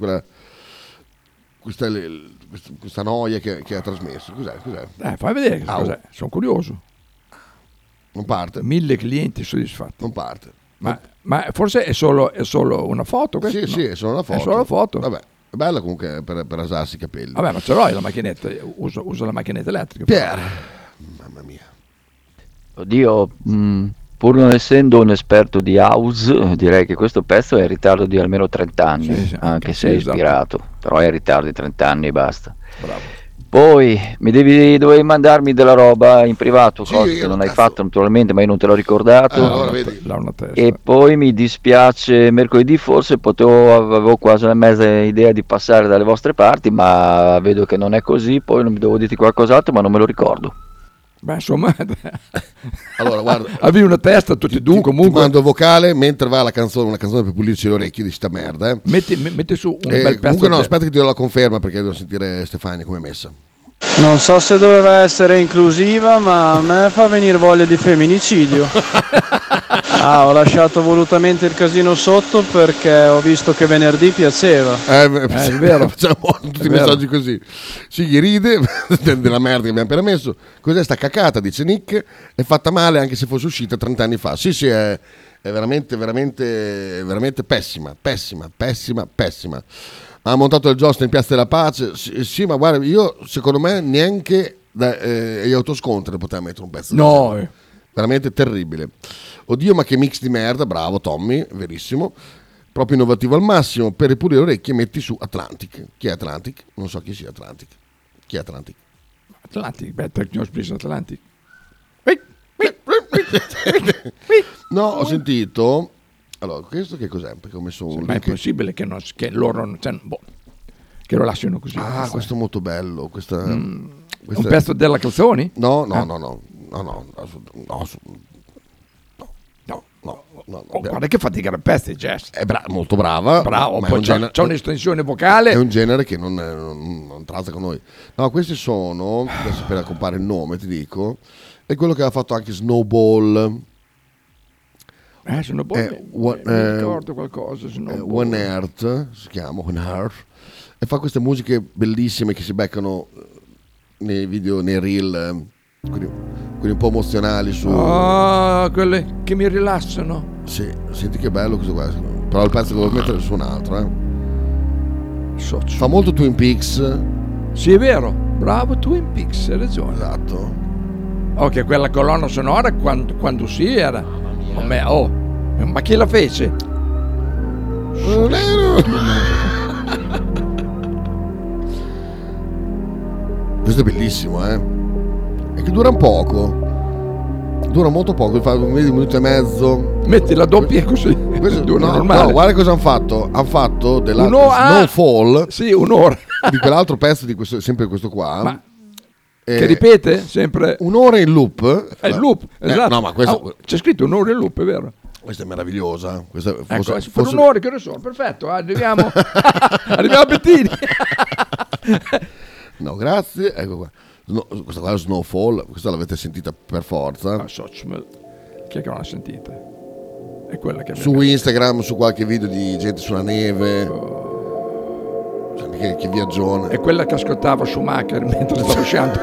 questa noia che ha trasmesso. Cos'è? Fai vedere che cos'è. Sono curioso. Non parte. 1000 clienti soddisfatti. Non parte. Ma forse è solo una foto questa? Sì, è solo una foto. È solo una foto. Vabbè, È bella comunque per rasarsi i capelli. Vabbè, ma ce l'ho la macchinetta, uso la macchinetta elettrica. Pier, mamma mia. Oddio, pur non essendo un esperto di house, direi che questo pezzo è in ritardo di almeno 30 anni, anche se è ispirato, però è in ritardo di 30 anni e basta. Bravo. Poi dovevi mandarmi della roba in privato, cosa che non hai fatto naturalmente, ma io non te l'ho ricordato. E poi mi dispiace, mercoledì forse avevo quasi una mezza idea di passare dalle vostre parti, ma vedo che non è così, poi non mi devo dirti qualcos'altro, ma non me lo ricordo. Beh, insomma, allora guarda, avevi una testa tutti e due comunque. Ti mando il vocale mentre va una canzone per pulirci le orecchie di sta merda. Metti su un bel pezzo. Comunque no, aspetta che ti do la conferma perché devo sentire Stefania come è messa. Non so se doveva essere inclusiva, ma a me fa venire voglia di femminicidio. Ho lasciato volutamente il casino sotto perché ho visto che venerdì piaceva. È vero. Facciamo tutti i messaggi così. Sì, gli ride della merda che abbiamo appena messo. Cos'è sta cacata, dice Nick. È fatta male anche se fosse uscita 30 anni fa. Sì, è veramente pessima. Ha montato il giostra in Piazza della Pace. Sì, ma guarda, io secondo me neanche gli autoscontri poteva mettere un pezzo. No, veramente terribile. Oddio, ma che mix di merda. Bravo Tommy, verissimo. Proprio innovativo al massimo. Per ripulire le orecchie metti su Atlantic. Chi è Atlantic? Non so chi sia Atlantic. Chi è Atlantic? Atlantic, better news Atlantic. No, ho sentito. Allora, questo che cos'è? Perché ho messo un. Ma è possibile che loro che lo lasciano così. Questo è molto bello. Questo un pezzo della canzone? No. Guarda che fatica il pezzo, Jess. È molto brava. Bravo, poi c'è un'estensione vocale. È un genere che non tratta con noi. No, questi sono, adesso per compare il nome ti dico, è quello che ha fatto anche Snowball. Snowball, mi ricordo qualcosa. One Earth si chiama One Earth, e fa queste musiche bellissime che si beccano nei video, nei reel, quelli un po' emozionali su. Quelle che mi rilassano. Sì, senti che bello questo qua. Però il pezzo che devo mettere su un altro, Fa molto Twin Peaks. Sì, è vero, bravo, Twin Peaks, hai ragione. Esatto. Ok, quella colonna sonora quando si era. Ma chi la fece? Questo è bellissimo, E che dura un poco. Dura molto poco, fa un minuto e mezzo. Metti la doppia così. No, guarda cosa hanno fatto. Hanno fatto della Snowfall. Sì, un'ora. Di quell'alro pezzo di sempre questo qua. Ma che ripete sempre un'ora in loop. È il loop, esatto. No, ma questo c'è scritto un'ora in loop, è vero. Questa è meravigliosa. Per un'ora che ne so, perfetto. Arriviamo a Bettini. No, grazie. Ecco qua. Questa qua è Snowfall. Questa l'avete sentita per forza. Chi è che non l'ha sentita? È quella che su Instagram, su qualche video di gente sulla neve. Che viaggione. È quella che ascoltava Schumacher mentre stava uscendo.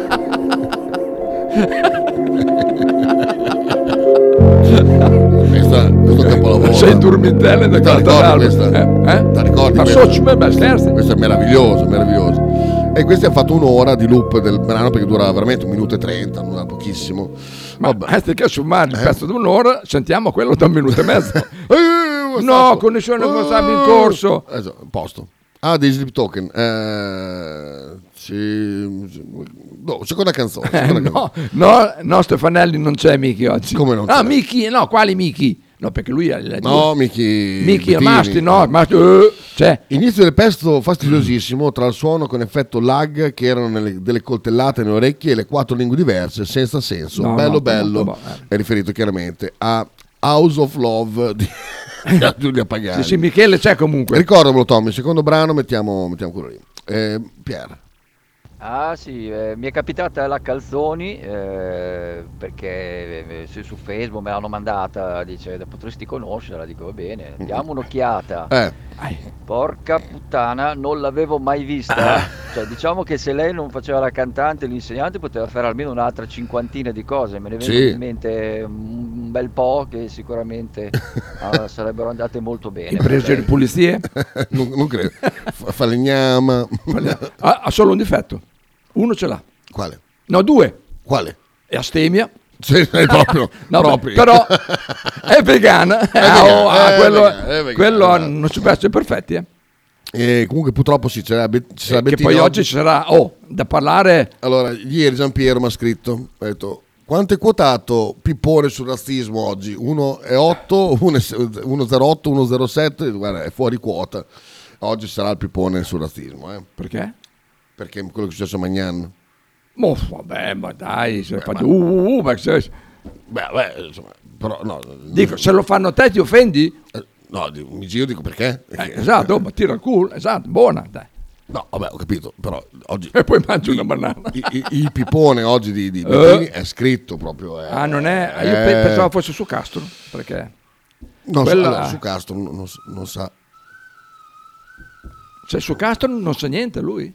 Questo capolavoro. Sei in dormitelle da questa? Ti ricordi? Ma scherzi? Questo è meraviglioso. E questi hanno fatto un'ora di loop del brano perché durava veramente 1 minuto e 30, non era pochissimo. Ma anziché assumare il pezzo di un'ora, sentiamo quello da 1 minuto e mezzo. No, connessione WhatsApp in corso. Posto. Dei Sleep Token. Seconda canzone. No, Stefanelli non c'è Miki oggi. Come non c'è? Miki, no, quali Miki? No, perché lui è Miki Masti, c'è. Inizio del pezzo fastidiosissimo tra il suono con effetto lag che erano delle coltellate nelle orecchie e le 4 lingue diverse senza senso. Bello. È riferito chiaramente a House of Love di Giulia Pagani. Sì, Michele c'è comunque. Ricordamelo Tommy, secondo brano mettiamo quello lì. Pier. Sì, mi è capitata la Calzoni perché su Facebook me l'hanno mandata, dice potresti conoscerla, dico va bene, diamo un'occhiata. Porca puttana, non l'avevo mai vista. Cioè, diciamo che se lei non faceva la cantante, l'insegnante, poteva fare almeno un'altra cinquantina di cose. Me ne viene in mente un un bel po' che sicuramente sarebbero andate molto bene. Imprese di pulizie? non credo. Falegnama. Ha solo un difetto. Uno ce l'ha. Quale? No, 2. Quale? È astemia. Sì, proprio, no, proprio. Però è vegana. Quello hanno superati perfetti. E comunque purtroppo sì, c'era Bettino. Che poi oggi ci sarà da parlare. Allora, ieri Giampiero mi ha scritto, ha detto: quanto è quotato Pippone sul razzismo oggi? 1,8, 1,08, 1,07, guarda, è fuori quota. Oggi sarà il Pippone sul razzismo. Perché? Perché quello che è successo a Magnan. Vabbè, ma dai, insomma, però no. Dico, se lo fanno a te ti offendi? No, mi giro, dico perché? Esatto, ma tira il culo, esatto, buona, dai. No, vabbè, ho capito, però oggi... E poi mangi una banana. Il Pippone oggi di Bettini è scritto proprio. Non è... Io pensavo fosse su Castro, perché... No, allora, su Castro non sa... Cioè, su Castro non sa niente lui?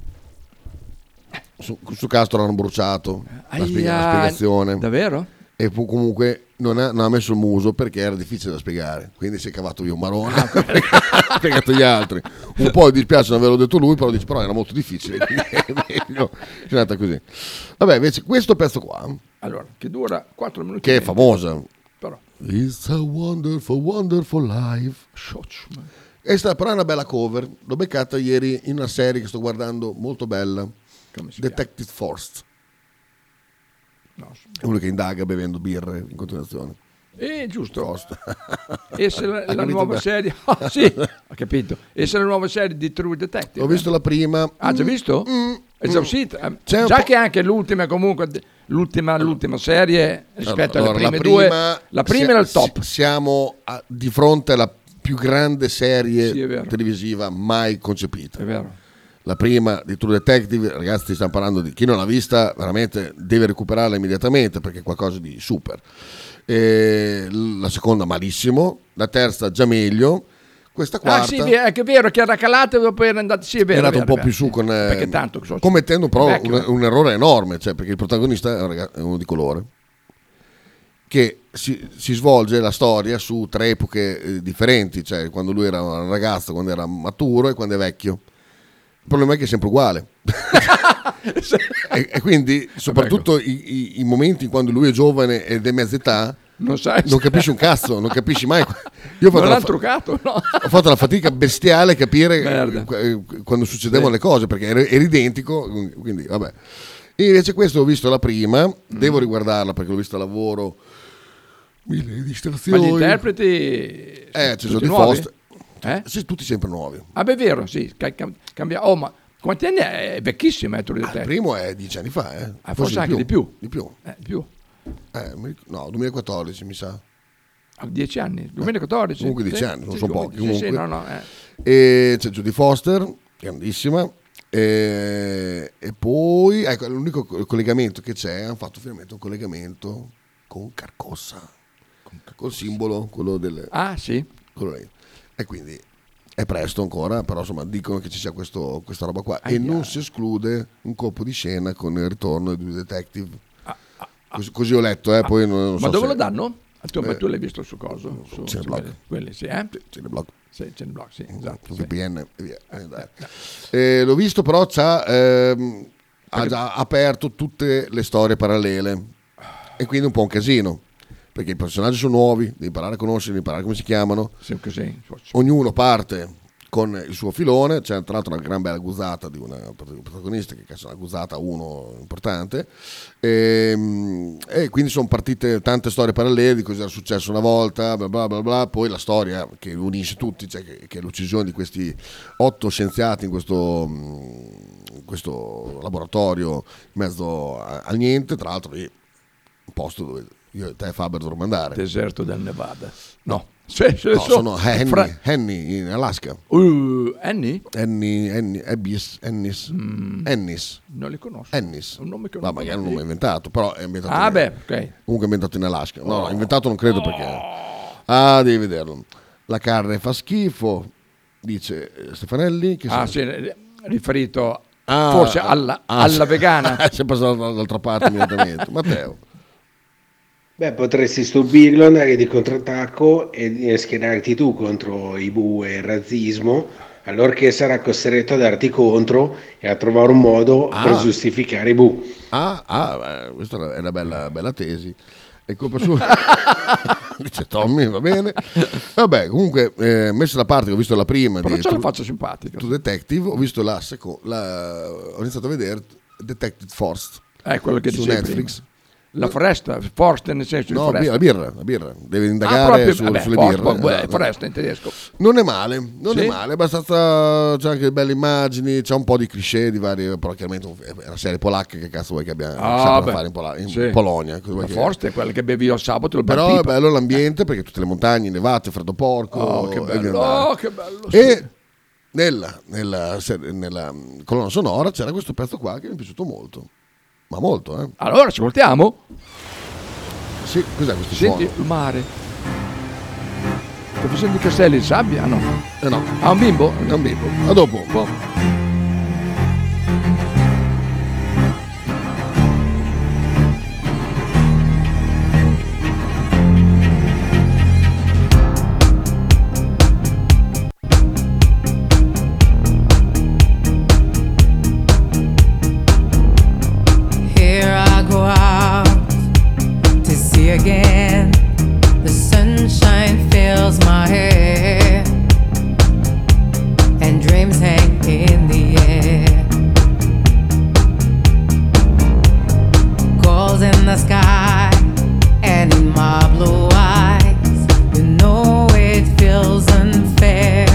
Su Castro hanno bruciato la spiegazione. Davvero? E comunque non ha messo il muso perché era difficile da spiegare, quindi si è cavato via un marone, ha spiegato gli altri. Un po' dispiace non averlo detto lui, però era molto difficile, quindi è meglio. È andata così. Vabbè, invece questo pezzo qua, allora, che dura 4 minuti, che è famosa, però. It's a wonderful, wonderful life. Però è una bella cover. L'ho beccata ieri in una serie che sto guardando molto bella, Detective Force. No, uno che indaga bevendo birre in continuazione. Giusto. E se la nuova serie... sì, ho capito. E se la nuova serie di True Detective? Ho visto la prima. Ah, già visto? È già uscita? Già che anche l'ultima serie rispetto alle prime due. La prima era il top. Siamo di fronte alla più grande serie televisiva mai concepita. È vero. La prima di True Detective, ragazzi, stiamo parlando di chi non l'ha vista, veramente deve recuperarla immediatamente perché è qualcosa di super. La seconda malissimo, la terza già meglio, questa quarta... sì, è che è vero che era calata e dopo era andata... Sì, è vero. È andato un po' più su perché tanto, commettendo però un errore enorme, cioè perché il protagonista è uno di colore, che si svolge la storia su 3 epoche differenti, cioè quando lui era un ragazzo, quando era maturo e quando è vecchio. Il problema è che è sempre uguale. e quindi soprattutto i momenti in quando lui è giovane ed è mezza età non capisci un cazzo, non capisci mai. Io truccato, no? Ho fatto la fatica bestiale a capire quando succedevano le cose perché era identico, quindi vabbè. E invece questo ho visto la prima, devo riguardarla perché l'ho visto a lavoro, mille distrazioni. Ma gli interpreti c'è Jodie Foster. Sì, tutti sempre nuovi. Ah, beh, vero, sì. Cambia. Ma quanti anni è? È vecchissimo, il primo è 10 anni fa, forse anche di più. Di più. No, 2014 mi sa. 10 anni, 2014. Comunque 10 anni, non sono pochi. Comunque. Sì, E c'è Jodie Foster, grandissima. E poi, ecco, l'unico collegamento che c'è, hanno fatto finalmente un collegamento con Carcossa. Col simbolo, quello del... Ah, sì. Quello lì. E quindi è presto ancora, però insomma dicono che ci sia questa roba qua. E non si esclude un colpo di scena con il ritorno di Detective. Così ho letto, poi non so. Ma dove lo danno? Tu l'hai visto su cosa? Su Cineblog. Quelli, sì, Cineblog. Sì, Cineblog, sì, esatto. VPN e via. L'ho visto, però ha già aperto tutte le storie parallele. E quindi un po' un casino. Perché i personaggi sono nuovi, devi imparare a conoscerli, devi imparare come si chiamano. Sì, così. Ognuno parte con il suo filone. C'è tra l'altro una gran bella gusata di una protagonista che è una gusata uno importante. E quindi sono partite tante storie parallele di cosa era successo una volta, bla bla bla bla. Poi la storia che unisce tutti, cioè che è l'uccisione di questi 8 scienziati in questo laboratorio in mezzo al niente. Tra l'altro un posto dove io e te Faber dovremmo andare. Deserto del Nevada. No. Sono Henny in Alaska. Ennis. Ennis. Non li conosco. Ennis. Un nome che non magari è un nome inventato, però è inventato. Ok. Comunque è inventato in Alaska. No, inventato non credo perché. Devi vederlo. La carne fa schifo, dice Stefanelli. Sì, riferito forse alla vegana. Si è passato dall'altra parte immediatamente. Matteo. Beh, potresti stupirlo, andare di contrattacco e schierarti tu contro i bu e il razzismo, allorché sarà costretto a darti contro e a trovare un modo per giustificare i bu. Questa è una bella tesi. È colpa sua. Dice Tommy, va bene. Vabbè, comunque, messo da parte che ho visto la prima però di ce la faccio simpatica. True Detective, ho visto ho iniziato a vedere Detective Force. Quello che su dicevi Netflix. prima. La foresta, Forst nel senso di No, foresta. la birra. Deve indagare sulle birre. Foresta in tedesco. Non è male, è abbastanza. C'è anche belle immagini, c'è un po' di cliché di varie, però chiaramente è una serie polacca, che cazzo vuoi che abbia fare in Polonia. La Forst è quella che bevi io sabato. Però è bello l'ambiente, perché tutte le montagne nevate, freddo porco. Che bello. Che bello. E nella colonna sonora c'era questo pezzo qua che mi è piaciuto molto. Ma molto, eh. Allora, ci ascoltiamo? Sì, cos'è questo Senti, suono? il mare. Sto facendo i castelli di sabbia? No. No. Un bimbo? È un bimbo. A dopo. Again, the sunshine fills my hair, and dreams hang in the air. Goals in the sky, and in my blue eyes, you know it feels unfair.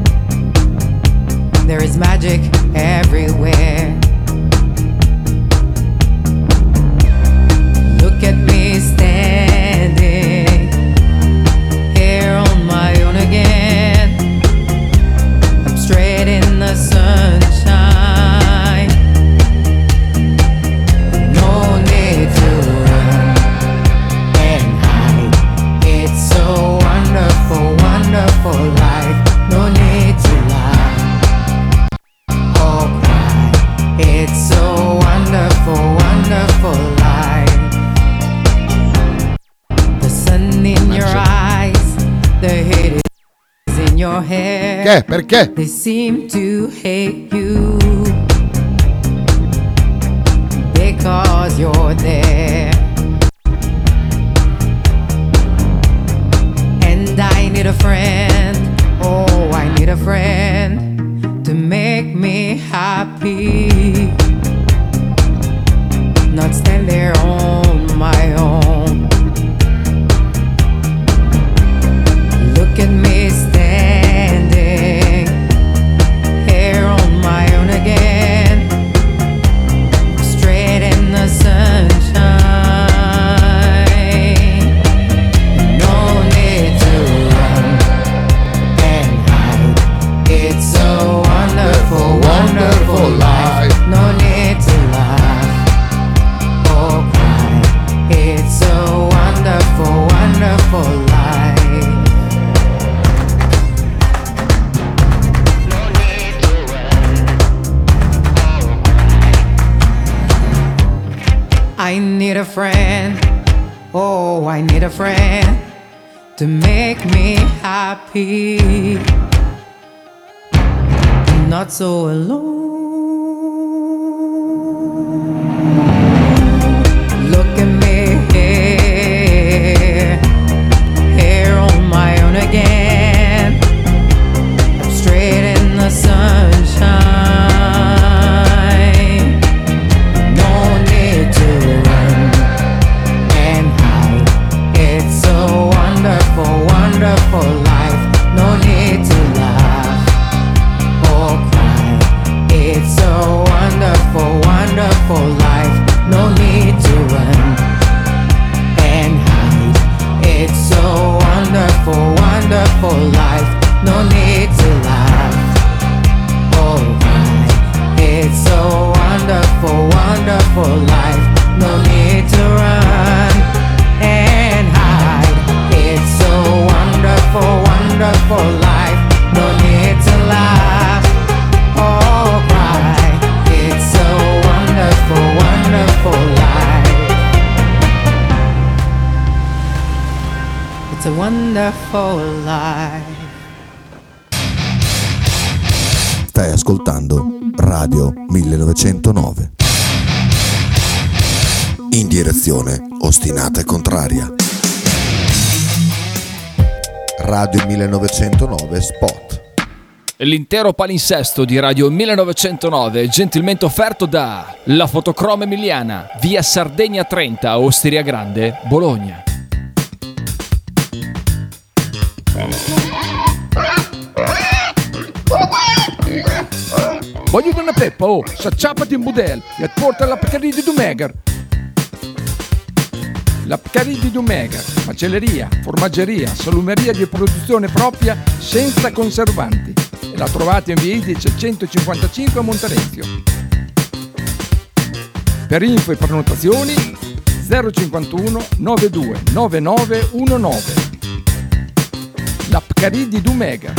There is magic everywhere. Look at me standing here on my own again. I'm straight in the sunshine. No need to run and hide. It's so wonderful, wonderful life. No need to laugh or cry. It's so wonderful, wonderful life. In your eyes, the hate is in your hair. Perché? They seem to hate you because you're there. And I need a friend. Oh, I need a friend to make me happy. Not stand there on my own. Look at me standing here on my own again, straight in the sunshine. No need to run and hide. It's so wonderful, wonderful life. No need to laugh or cry. It's so wonderful, wonderful life. I need a friend, oh, I need a friend to make me happy. I'm not so alone. Look at me here on my own again. I'm straight in the sunshine. Wonderful life, no need to laugh or cry. It's a wonderful life. Stai ascoltando Radio 1909. In direzione ostinata e contraria. Radio 1909 Spot. L'intero palinsesto di Radio 1909 gentilmente offerto da La Fotocroma Emiliana, via Sardegna 30, Osteria Grande, Bologna. Voglio una peppa, s'acciappati in budel e porta la Pcaridi di Dumegar. La Pcaridi di Dumegar, macelleria, formaggeria, salumeria di produzione propria senza conservanti. E la trovate in via Idice 155 a Monterezio. Per info e prenotazioni 051 92 9919. La Pcaridi di Dumegar.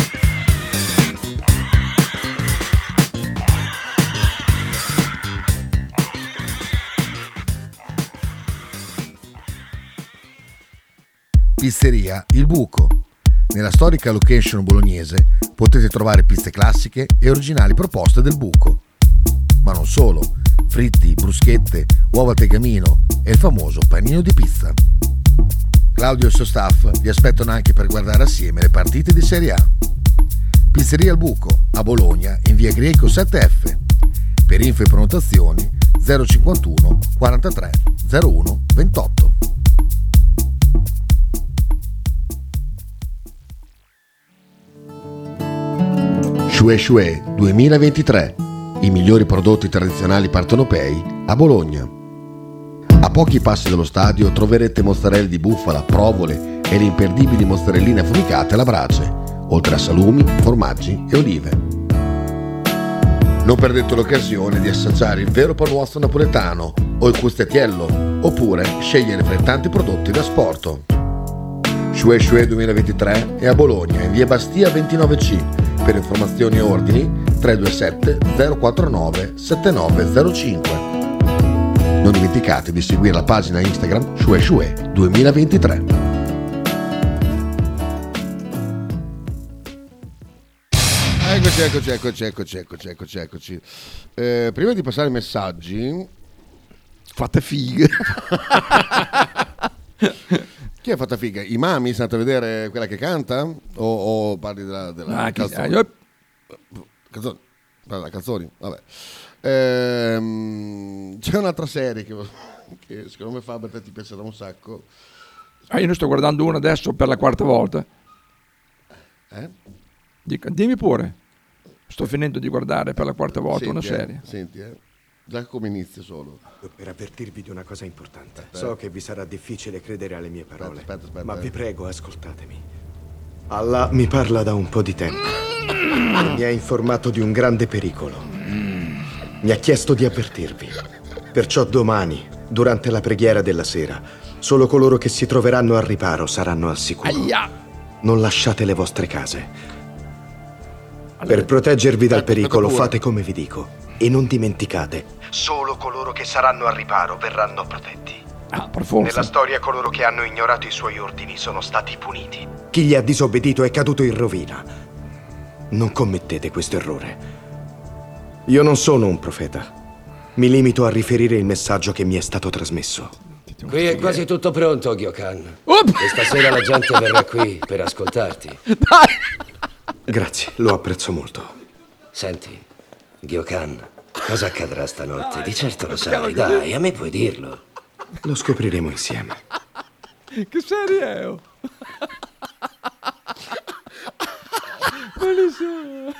Pizzeria Il Buco. Nella storica location bolognese potete trovare piste classiche e originali proposte del buco. Ma non solo, fritti, bruschette, uova al tegamino e il famoso panino di pizza. Claudio e il suo staff vi aspettano anche per guardare assieme le partite di Serie A. Pizzeria Il Buco, a Bologna, in via Greco 7F. Per info e prenotazioni 051 43 01 28. Shue Shue 2023, i migliori prodotti tradizionali partenopei a Bologna. A pochi passi dallo stadio troverete mozzarella di bufala, provole e le imperdibili mozzarelline affumicate alla brace, oltre a salumi, formaggi e olive. Non perdete l'occasione di assaggiare il vero panuozzo napoletano o il custettiello, oppure scegliere fra i tanti prodotti da asporto. Shue Shue 2023 è a Bologna, in via Bastia 29C. Per informazioni e ordini 327 049 7905. Non dimenticate di seguire la pagina Instagram Shue Shue 2023. Eccoci. Prima di passare ai messaggi, fate fighe. Chi è fatta figa? I mami sono andati a vedere quella che canta? O parli della canzone? La canzoni? Vabbè. C'è un'altra serie che secondo me Faber ti piacerà un sacco. Io ne sto guardando una adesso per la quarta volta. Dimmi pure. Sto finendo di guardare per la quarta volta una serie. Senti, già come inizia solo. Per avvertirvi di una cosa importante. So che vi sarà difficile credere alle mie parole, ma vi prego, ascoltatemi. Allah mi parla da un po' di tempo. Mi ha informato di un grande pericolo. Mi ha chiesto di avvertirvi. Perciò domani, durante la preghiera della sera, solo coloro che si troveranno al riparo saranno al sicuro. Non lasciate le vostre case. Per proteggervi dal pericolo, fate come vi dico. E non dimenticate, solo coloro che saranno al riparo verranno protetti. Per forza. Nella storia coloro che hanno ignorato i suoi ordini sono stati puniti. Chi gli ha disobbedito è caduto in rovina. Non commettete questo errore. Io non sono un profeta. Mi limito a riferire il messaggio che mi è stato trasmesso. Qui è quasi tutto pronto, Gyokan. Questa sera la gente verrà qui per ascoltarti. Grazie, lo apprezzo molto. Senti, Gyokan, cosa accadrà stanotte? Di certo lo sai, dai, a me puoi dirlo. Lo scopriremo insieme. Che serie è? Bellissimo.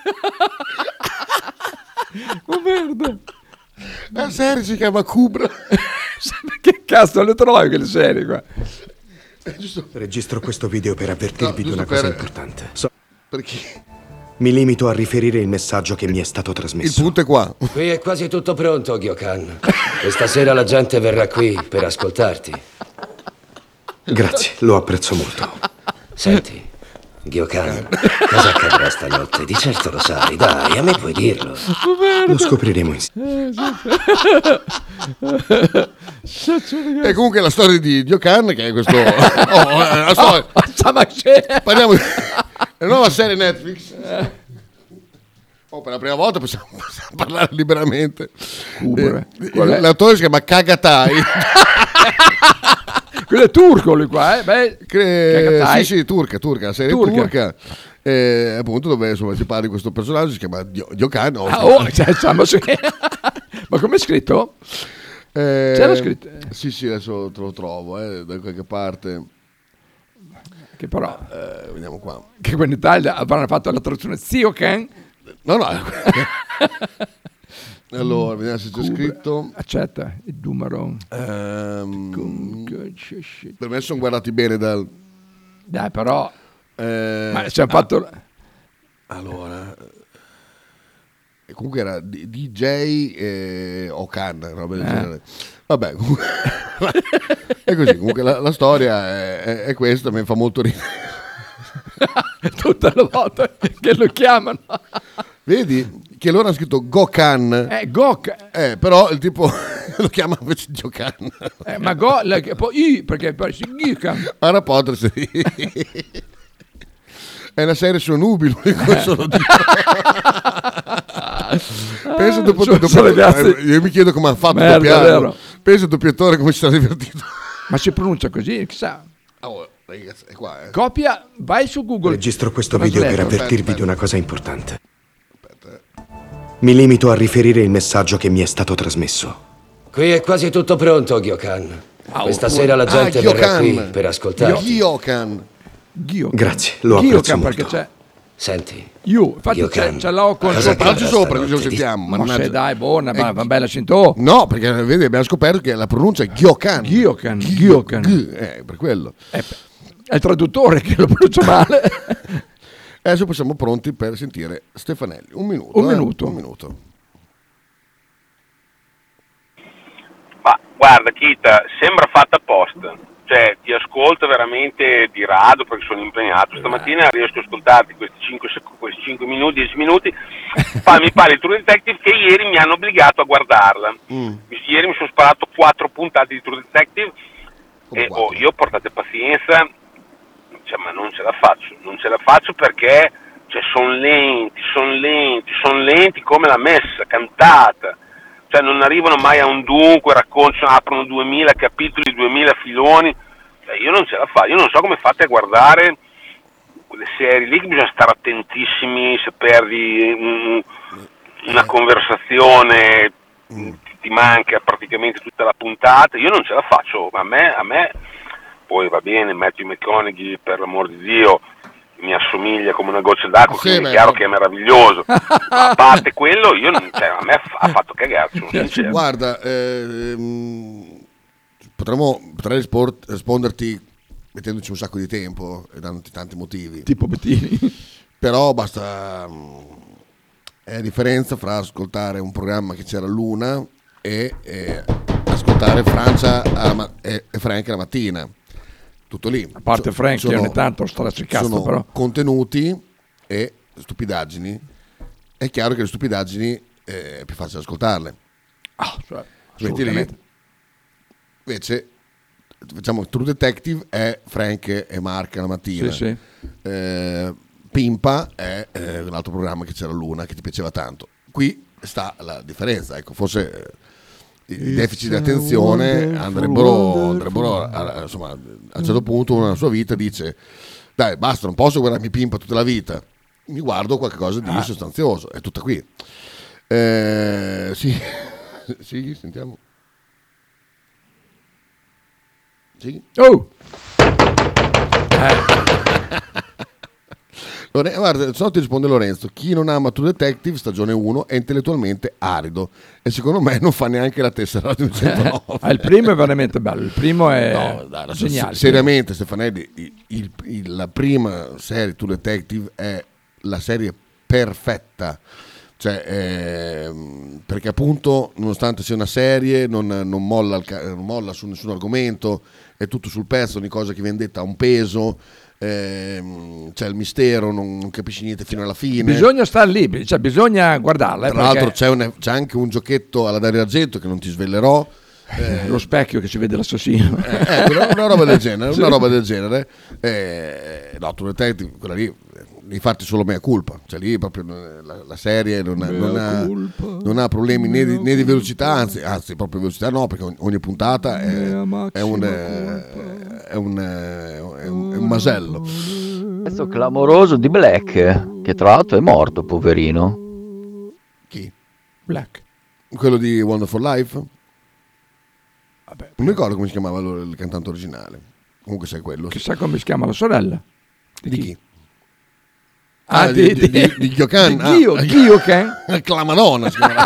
Ma merda. La serie si chiama Cubra. Che cazzo le trovi quelle serie qua? Registro questo video per avvertirvi di una cosa importante. Perché? Mi limito a riferire il messaggio che mi è stato trasmesso. Il punto è qua. Qui è quasi tutto pronto, Gyokan. Questa sera la gente verrà qui per ascoltarti. Grazie, lo apprezzo molto. Senti, Gyokan, cosa accadrà stanotte? Di certo lo sai, dai, a me puoi dirlo. Lo scopriremo insieme. E comunque la storia di Giocan, che è questo la storia. Parliamo di una nuova serie Netflix. Per la prima volta possiamo parlare liberamente. L'autore si chiama Kagatai. Quello è turco lui qua, sì, turca, la serie turca. Appunto, dove insomma si parla di questo personaggio, si chiama Giocan. Ma com'è scritto? C'era scritto? Sì, adesso te lo trovo da qualche parte. Che però vediamo qua. Che qua in Italia avranno fatto la traduzione Ziocan. No. Allora, vediamo se c'è scritto. Accetta il numero. Per me sono guardati bene dal. Dai, però. Ma ci hanno fatto. Allora. Comunque era DJ Okan, roba del genere. Vabbè, comunque. È così. Comunque la storia è questa, mi fa molto ridere. Tutte le volte che lo chiamano. Vedi che loro hanno scritto Gokan. Però il tipo lo chiama invece Giocan. Ma perché poi si Giocan. Harry Potter sì. È una serie su Nubi, solo pensa dopo io mi chiedo come ha fatto a doppiarlo. Pensa il doppiatore come si sarà divertito. Ma si pronuncia così, chissà. Ragazzi, è qua, Copia, vai su Google. Registro questo video per avvertirvi di una cosa importante. Mi limito a riferire il messaggio che mi è stato trasmesso. Qui è quasi tutto pronto, Giocan. Questa sera la gente verrà qui per ascoltarti. Giocan. Grazie, lo apprezzo molto. Perché c'è. Senti. Infatti c'è l'O con sopra così lo sentiamo. Ma se dai, buona, ma bella sento. No, perché vedi, abbiamo scoperto che la pronuncia è Giocan. Per quello. È il traduttore che lo pronuncia male. Adesso siamo pronti per sentire Stefanelli. Un minuto. Ma guarda, Kita, sembra fatta apposta. Cioè, ti ascolto veramente di rado perché sono impegnato. Stamattina riesco a ascoltarti questi 5 minuti, 10 minuti. Mi parli di True Detective che ieri mi hanno obbligato a guardarla. Ieri mi sono sparato 4 puntate di True Detective e io portate pazienza. Ma non ce la faccio perché sono lenti come la messa cantata, non arrivano mai a un dunque, aprono 2000 capitoli, 2000 filoni, io non ce la faccio, io non so come fate a guardare quelle serie lì, che bisogna stare attentissimi, se perdi una conversazione ti manca praticamente tutta la puntata, io non ce la faccio, a me poi va bene, Matthew McConaughey, per l'amor di Dio, mi assomiglia come una goccia d'acqua, quindi è chiaro che è meraviglioso. A parte quello, a me ha fatto cagare, sono sincero. Guarda, potrei risponderti mettendoci un sacco di tempo e dandoti tanti motivi. Tipo Bettini. Però basta. È la differenza fra ascoltare un programma che c'era l'una e ascoltare Francia e Frank la mattina. Tutto lì. A parte Frank che ogni tanto strascicato, sono però. Contenuti e stupidaggini. È chiaro che le stupidaggini è più facile ascoltarle. Assolutamente. Invece facciamo True Detective è Frank e Mark la mattina. Sì. Pimpa è un altro programma che c'era l'una che ti piaceva tanto. Qui sta la differenza, ecco, forse i deficit di attenzione andrebbero insomma, a un certo punto nella sua vita dice dai basta, non posso guardarmi Pimpa tutta la vita, mi guardo qualcosa di sostanzioso, è tutta qui. Sì, sentiamo. Sì. Guarda, se no ti risponde Lorenzo: chi non ama True Detective stagione 1 è intellettualmente arido e secondo me non fa neanche la tessera Radio 109. Il primo è veramente bello, il primo è geniale. Seriamente Stefanelli, la prima serie True Detective è la serie perfetta, cioè perché appunto nonostante sia una serie non molla su nessun argomento, è tutto sul pezzo, ogni cosa che viene detta ha un peso. C'è il mistero, non capisci niente fino alla fine. Bisogna stare lì, cioè bisogna guardarla. Tra l'altro c'è anche un giochetto alla Dario Argento che non ti svelerò, Lo specchio che si vede l'assassino. Una roba del genere, una roba del genere. No, True Detective, quella lì, devi farti solo mea culpa. Cioè lì proprio la serie non ha problemi né di velocità, anzi proprio velocità no, perché ogni puntata è un masello. Questo clamoroso di Black, che tra l'altro è morto, poverino. Chi? Black. Quello di Wonderful Life? Vabbè, non mi ricordo come si chiamava il cantante originale. Comunque sai quello. Chissà come si chiama la sorella. Di chi? Di Giocan. Giocan. Clamadonna si chiama.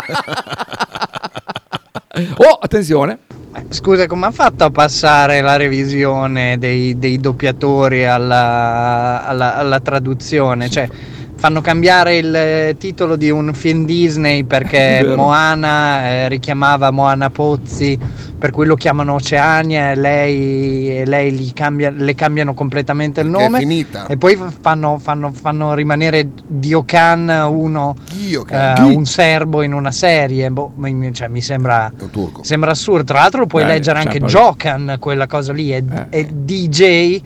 Oh, attenzione. Scusa, come ha fatto a passare la revisione dei doppiatori alla traduzione? Cioè, fanno cambiare il titolo di un film Disney perché Moana richiamava Moana Pozzi, per cui lo chiamano Oceania e lei le cambiano completamente il nome. È finita. E poi fanno rimanere Diocan un serbo in una serie. Cioè, mi sembra assurdo. Tra l'altro lo puoi leggere anche Jokan, quella cosa lì è DJ,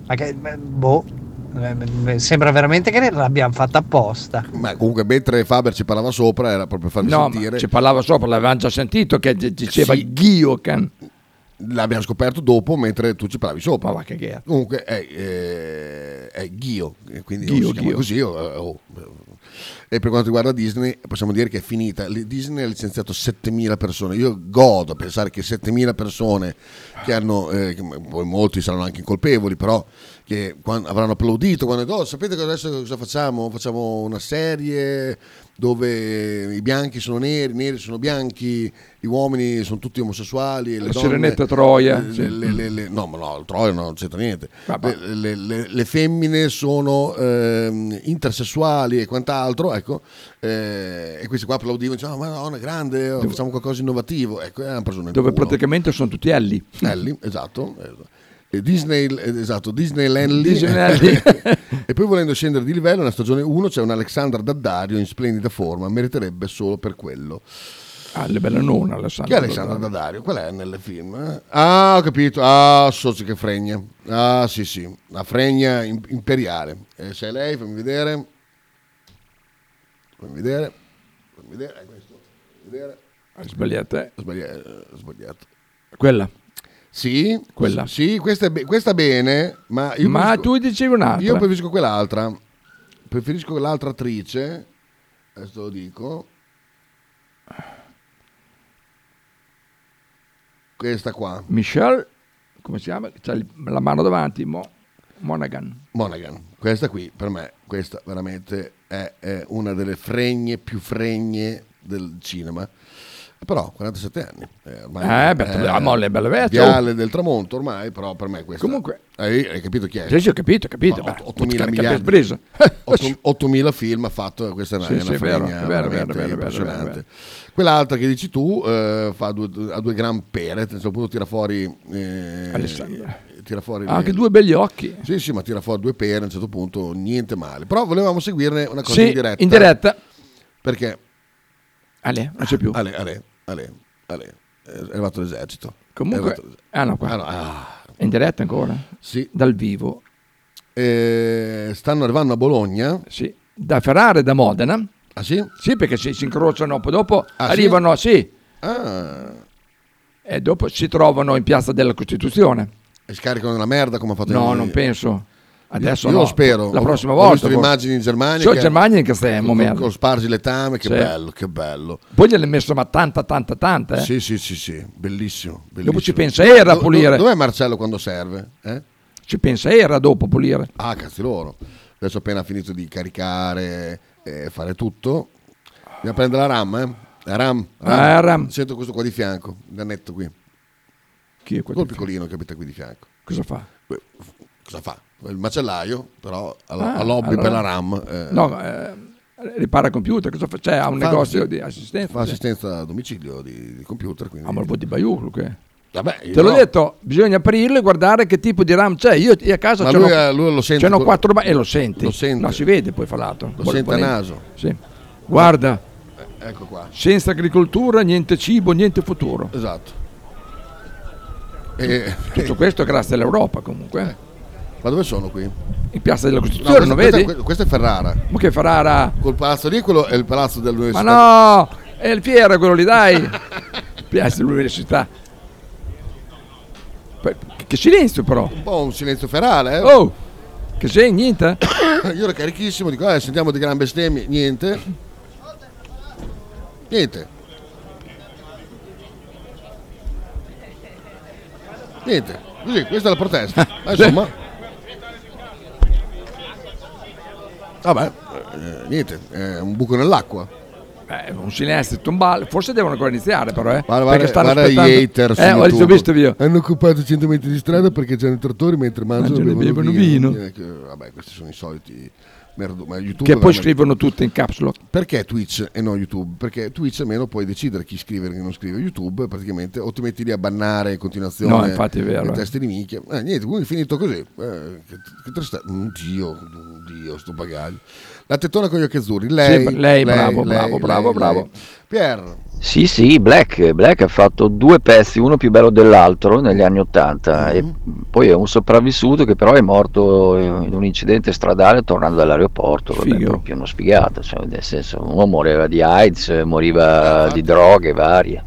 sembra veramente che l'abbiamo fatta apposta. Ma comunque mentre Faber ci parlava sopra era proprio farmi sentire. Ci parlava sopra, l'avevamo già sentito che diceva Giocan. L'abbiamo scoperto dopo mentre tu ci parlavi sopra. Ma va che ghia. Comunque è Ghio, quindi si chiama così. E per quanto riguarda Disney possiamo dire che è finita. Disney ha licenziato 7.000 persone. Io godo a pensare che 7.000 persone che hanno poi molti saranno anche incolpevoli, però che avranno applaudito quando sapete cosa facciamo? Facciamo una serie dove i bianchi sono neri, i neri sono bianchi, gli uomini sono tutti omosessuali, le donne, Sirenetta Troia no, Troia non c'entra niente, le femmine sono intersessuali e quant'altro, ecco, e questi qua applaudivano, dicevano Madonna grande, facciamo qualcosa di innovativo, ecco, hanno preso un dove praticamente sono tutti Ellie, esatto. Disneyland. E poi volendo scendere di livello, nella stagione 1 c'è un Alexandra Daddario in splendida forma, meriterebbe solo per quello. Le belle nonna Alessandra. Chi è Alexandra Daddario? Qual è nel film? Ho capito. Socio che fregna. Sì, la fregna imperiale. Se è lei, fammi vedere. È questo. Hai sbagliato. Sbagliato. Quella. Sì, quella. Sì, questa bene, ma tu dicevi un'altra. Io preferisco quell'altra. Preferisco quell'altra attrice. Adesso lo dico. Questa qua. Michelle, come si chiama? C'ha la mano davanti, Monaghan. Questa qui, per me, questa veramente è una delle più fregne del cinema. Però 47 anni ormai è bella vecchia, Viale del tramonto ormai, però per me questa comunque hai capito chi è? Sì, ho capito 8.000 miliardi 8.000 film ha fatto, questa è una fregna veramente impressionante. Quell'altra che dici tu ha due gran pere, a un certo punto tira fuori Alessandra, tira fuori anche due begli occhi, sì, ma tira fuori due pere a un certo punto, niente male, però volevamo seguirne una cosa in diretta perché non c'è più. Ale, è arrivato l'esercito. Comunque, qua. È in diretta ancora? Sì. Dal vivo. Stanno arrivando a Bologna. Sì. Da Ferrara e da Modena. Ah sì? Sì, perché si incrociano, dopo arrivano, sì. E dopo si trovano in Piazza della Costituzione. E scaricano la merda come ha fatto non penso. Adesso io lo spero. La prossima volta. Ho visto le immagini in Germania. In Germania che stiamo con spargi letame, che bello. Poi gliel'hai messo ma tanta. Sì, bellissimo. Dopo ci pensa a pulire. Dov'è Marcello quando serve? Ci pensa dopo pulire. Cazzi loro. Adesso appena finito di caricare e fare tutto, andiamo a prendere la RAM, La RAM. Sento questo qua di fianco, il netto qui. Chi è quello piccolino che abita qui di fianco? Cosa fa? Il macellaio, però all'hobby per la RAM. Ripara computer, cosa fa? Cioè, ha un negozio di assistenza. Fa assistenza a domicilio di computer. Quindi... ma il po' di baiuclo che... Vabbè, te l'ho detto, bisogna aprirlo e guardare che tipo di RAM c'è. Io a casa lui lo sente, c'hanno 4 e lo senti. No, si vede poi fra l'altro. Lo sente a naso. Sì. Guarda. Ecco qua. Senza agricoltura, niente cibo, niente futuro. Esatto. Tutto questo grazie all'Europa comunque. Ma dove sono qui? In Piazza della Costituzione, non vedi? Questa è Ferrara. Ma che Ferrara? Col palazzo lì, quello è il palazzo dell'università. Ma no, è il Fiera quello lì, dai. Piazza dell'università. Che silenzio però. Un po' un silenzio ferale, eh? Oh, che sei, niente? Io ero carichissimo, dico, sentiamo di gran bestemmie, niente. Niente. Così, questa è la protesta. Ma insomma. Vabbè, niente, è un buco nell'acqua. Un silenzio tombale. Forse devono ancora iniziare, però, Guarda gli hater su YouTube. Ho visto io. Hanno occupato 100 metri di strada perché c'erano i trattori mentre mangiano e bevono vino. Vabbè, questi sono i soliti ma YouTube che poi scrivono tutte in caps lock. Perché Twitch e non YouTube? perché Twitch almeno puoi decidere chi scrive e chi non scrive. YouTube praticamente o ti metti lì a bannare in continuazione. No, infatti è vero, le teste di minchia. Niente, quindi è finito così. Che tristezza. Dio, sto bagaglio. La tettona con gli occhi azzurri, lei, bravo. Pier. Sì, Black ha fatto 2 pezzi, uno più bello dell'altro negli anni '80 e poi è un sopravvissuto che però è morto in un incidente stradale tornando dall'aeroporto. Vabbè, proprio uno sfigato, cioè, nel senso, uno moriva di AIDS, moriva di droghe varie.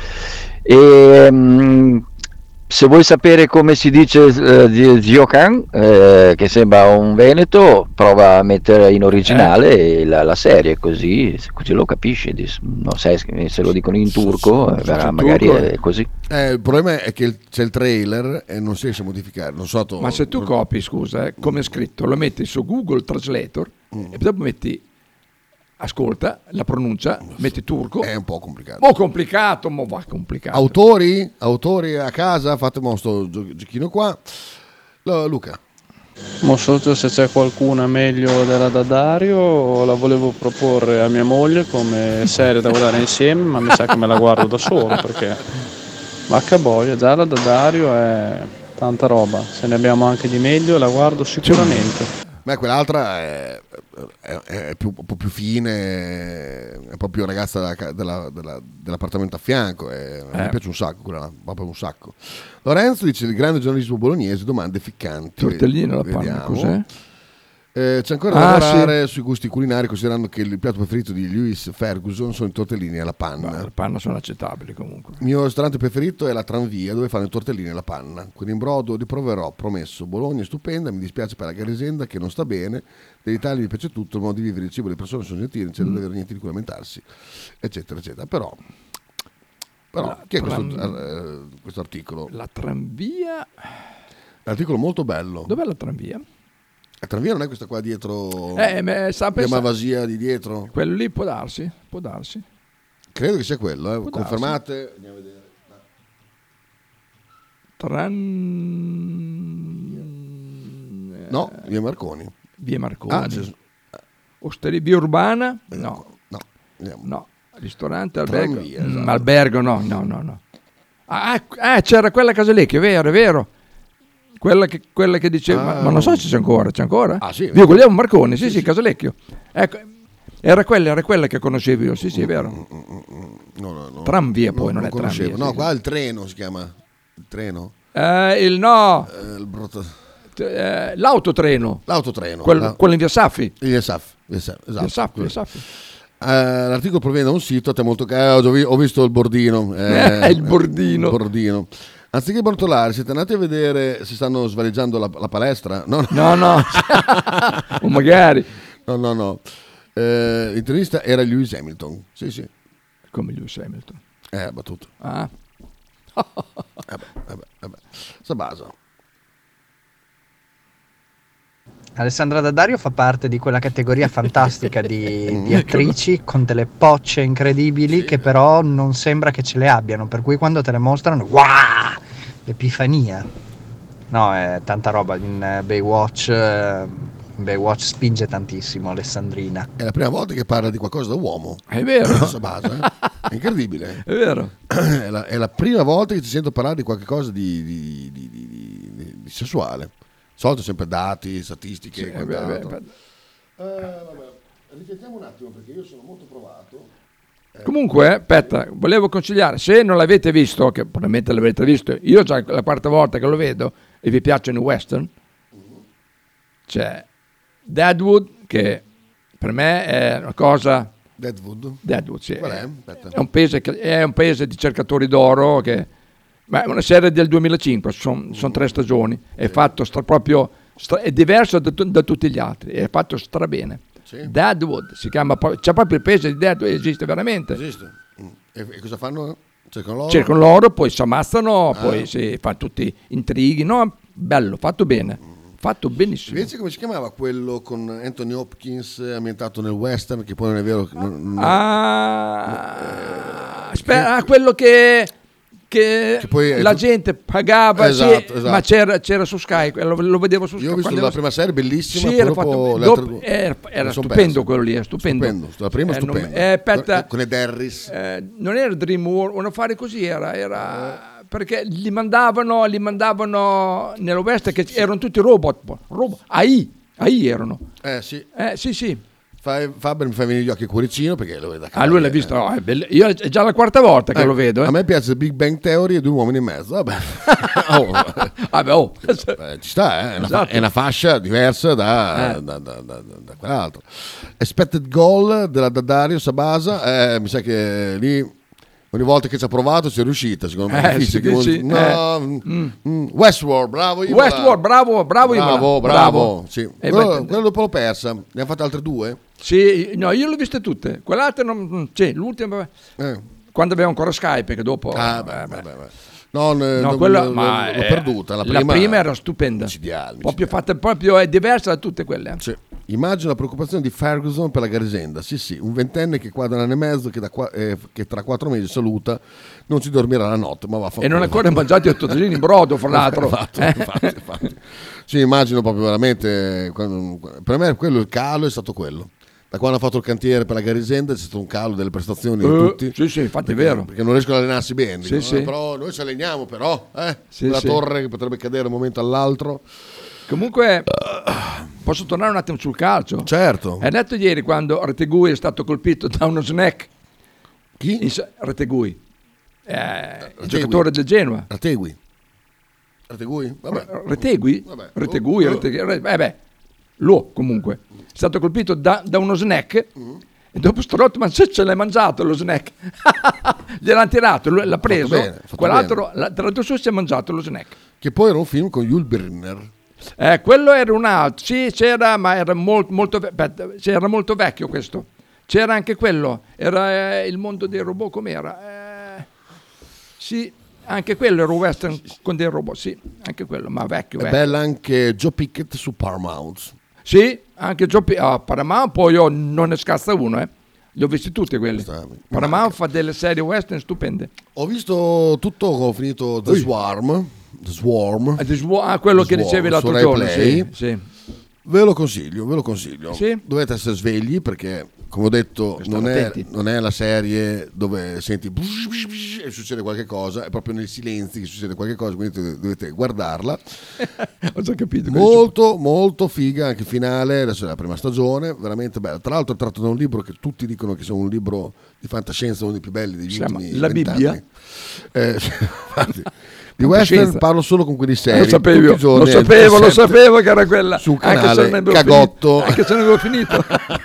E se vuoi sapere come si dice Giocan, che sembra un veneto, prova a mettere in originale la serie, così lo capisci. Non sai se lo dicono in turco, magari è così. Il problema è che c'è il trailer e non si riesce a modificare. Ma se tu copi, scusa, come è scritto, lo metti su Google Translator e dopo metti ascolta la pronuncia, metti turco. È un po' complicato. Complicato. Autori a casa, fate sto giochino qua. Luca. Non so se c'è qualcuna meglio della Daddario, la volevo proporre a mia moglie come serie da guardare insieme, ma mi sa che me la guardo da solo perché vacca boia, già la Daddario è tanta roba, se ne abbiamo anche di meglio la guardo sicuramente. Beh, quell'altra è un po' più fine, è proprio ragazza dell'appartamento a fianco. Mi piace un sacco quella, proprio un sacco. Lorenzo dice: il grande giornalismo bolognese, domande ficcanti. Tortellini alla panna, cos'è? C'è ancora da lavorare sui gusti culinari, considerando che il piatto preferito di Lewis Ferguson sono i tortellini alla panna. La panna sono accettabili comunque. Il mio ristorante preferito è la Tranvia, dove fanno i tortellini alla panna. Quindi in brodo riproverò, promesso. Bologna è stupenda, mi dispiace per la Garisenda che non sta bene. Dell'Italia mi piace tutto, il modo di vivere, il cibo, le persone sono gentili, non c'è da avere niente di cui lamentarsi, eccetera, eccetera. Però che è questo articolo? La Tranvia. L'articolo molto bello. Dov'è la Tranvia? La Tranvia non è questa qua dietro, via Malvasia di dietro? Quello lì può darsi. Credo che sia quello, confermate. Andiamo a vedere. No, via Marconi. Osteria via Urbana? No. Ristorante, albergo? Esatto. Albergo no. C'era quella casa lì, che è vero. Quella che diceva, ma non so se c'è ancora. Sì, Via Guglielmo Marconi, sì, Casalecchio. Ecco, era quella che conoscevo io, sì, è vero. No. Tranvia poi, non è conoscevo. Tranvia. No, qua il treno si chiama. Il treno? L'autotreno. Quello in via Saffi. Via Saffi. Esatto. L'articolo proviene da un sito a te molto caro, ho visto il bordino. Il bordino. Anziché bortolare, siete andati a vedere se stanno svaligiando la palestra? No. O magari. No. L'intervista era Lewis Hamilton. Sì. Come Lewis Hamilton? Battuto. Vabbè. Sabasa. Alessandra Daddario fa parte di quella categoria fantastica di attrici con delle pocce incredibili che però non sembra che ce le abbiano, per cui quando te le mostrano, wow, l'epifania. No, è tanta roba. In Baywatch spinge tantissimo Alessandrina. È la prima volta che parla di qualcosa da uomo. È vero. Sabasa, È incredibile. È vero. È la prima volta che ti sento parlare di qualcosa di sessuale. Solito sempre dati, statistiche. Vabbè. Riflettiamo un attimo perché io sono molto provato. Comunque, aspetta, volevo consigliare, se non l'avete visto, che probabilmente l'avete visto, io già la quarta volta che lo vedo e vi piacciono i western, c'è Deadwood, che per me è una cosa... Deadwood, sì. Qual è? È un paese di cercatori d'oro, ma è una serie del 2005, sono 3 stagioni, è fatto è diverso da tutti gli altri, è fatto strabene. Sì. Deadwood si chiama, c'è proprio il paese di Deadwood, esiste veramente. Esiste. E cosa fanno? Cercano l'oro, poi si ammazzano, poi si fanno tutti intrighi, no? Bello, fatto bene, fatto benissimo. Invece come si chiamava quello con Anthony Hopkins ambientato nel western, che poi non è vero? Quello che poi la gente pagava, esatto. Ma c'era su Sky, lo vedevo su Sky. Io ho visto la prima serie, bellissima. Sì, era stupendo quello lì, stupendo. La prima stupenda. Con Ed Harris. Non era DreamWorks, un affare così era perché li mandavano nell'Ovest, che erano tutti robot. AI erano. Sì. Faber mi fa venire gli occhi a cuoricino perché lo vedo da casa. Lui l'ha visto, io è già la quarta volta che lo vedo. A me piace Big Bang Theory e 2 uomini e mezzo. Vabbè. Ci sta, è una fascia diversa da quell'altro. Expected Goal della Dario Sabasa, mi sa che lì ogni volta che ci ha provato ci è riuscita, secondo me è difficile. Westworld, bravo. Bravo. Sì. Quello dopo l'ho persa. Ne hanno fatte altre 2? Sì, no, io le ho viste tutte. Quell'altra l'ultima quando avevo ancora Skype, che dopo l'ho perduta. La prima era stupenda. Proprio fatta, è diversa da tutte quelle. Sì. Immagino la preoccupazione di Ferguson per la Garisenda. Sì, un ventenne che qua da un anno e mezzo, che tra 4 mesi saluta, non ci dormirà la notte. Ma e non ha ancora mangiato i tortellini in brodo, fra l'altro. Infatti. Sì, immagino proprio veramente. Per me il calo è stato quello. Da quando hanno fatto il cantiere per la Garisenda c'è stato un calo delle prestazioni di tutti. Sì, infatti è vero. Perché non riescono ad allenarsi bene. Sì. Però noi ci alleniamo, la torre che potrebbe cadere da un momento all'altro. Comunque posso tornare un attimo sul calcio? Certo. Hai detto ieri quando Retegui è stato colpito da uno snack? Chi? Retegui, il giocatore del Genoa. Retegui? Vabbè. Retegui? Comunque è stato colpito da uno snack e dopo Strootman ce l'ha mangiato lo snack. Gliel'hanno tirato, lui l'ha preso, quell'altro l'altro su si è mangiato lo snack. Che poi era un film con Yul Brynner. Quello era un altro, sì, c'era, ma era molto vecchio questo. C'era anche quello, era il mondo dei robot, com'era? Sì, anche quello era un western con dei robot, sì, anche quello, ma vecchio. È bella anche Joe Pickett su Paramount. Sì, anche Paramount, poi non ne scassa uno, li ho visti tutti quelli. Paramount fa delle serie western stupende. Ho visto tutto, ho finito The Swarm. Quello che dicevi l'altro giorno. Sì. Ve lo consiglio. Sì? Dovete essere svegli perché, come ho detto, non è la serie dove senti e succede qualche cosa, è proprio nei silenzi che succede qualche cosa, quindi dovete guardarla. Ho già capito. Molto figa anche il finale, adesso è la prima stagione, veramente bella. Tra l'altro è tratto da un libro che tutti dicono che sia un libro di fantascienza, uno dei più belli degli ultimi 20 La Bibbia? Infatti, di western parlo solo con quelli seri. Lo sapevo che era quella. Sul canale Cagotto. Anche se non avevo finito.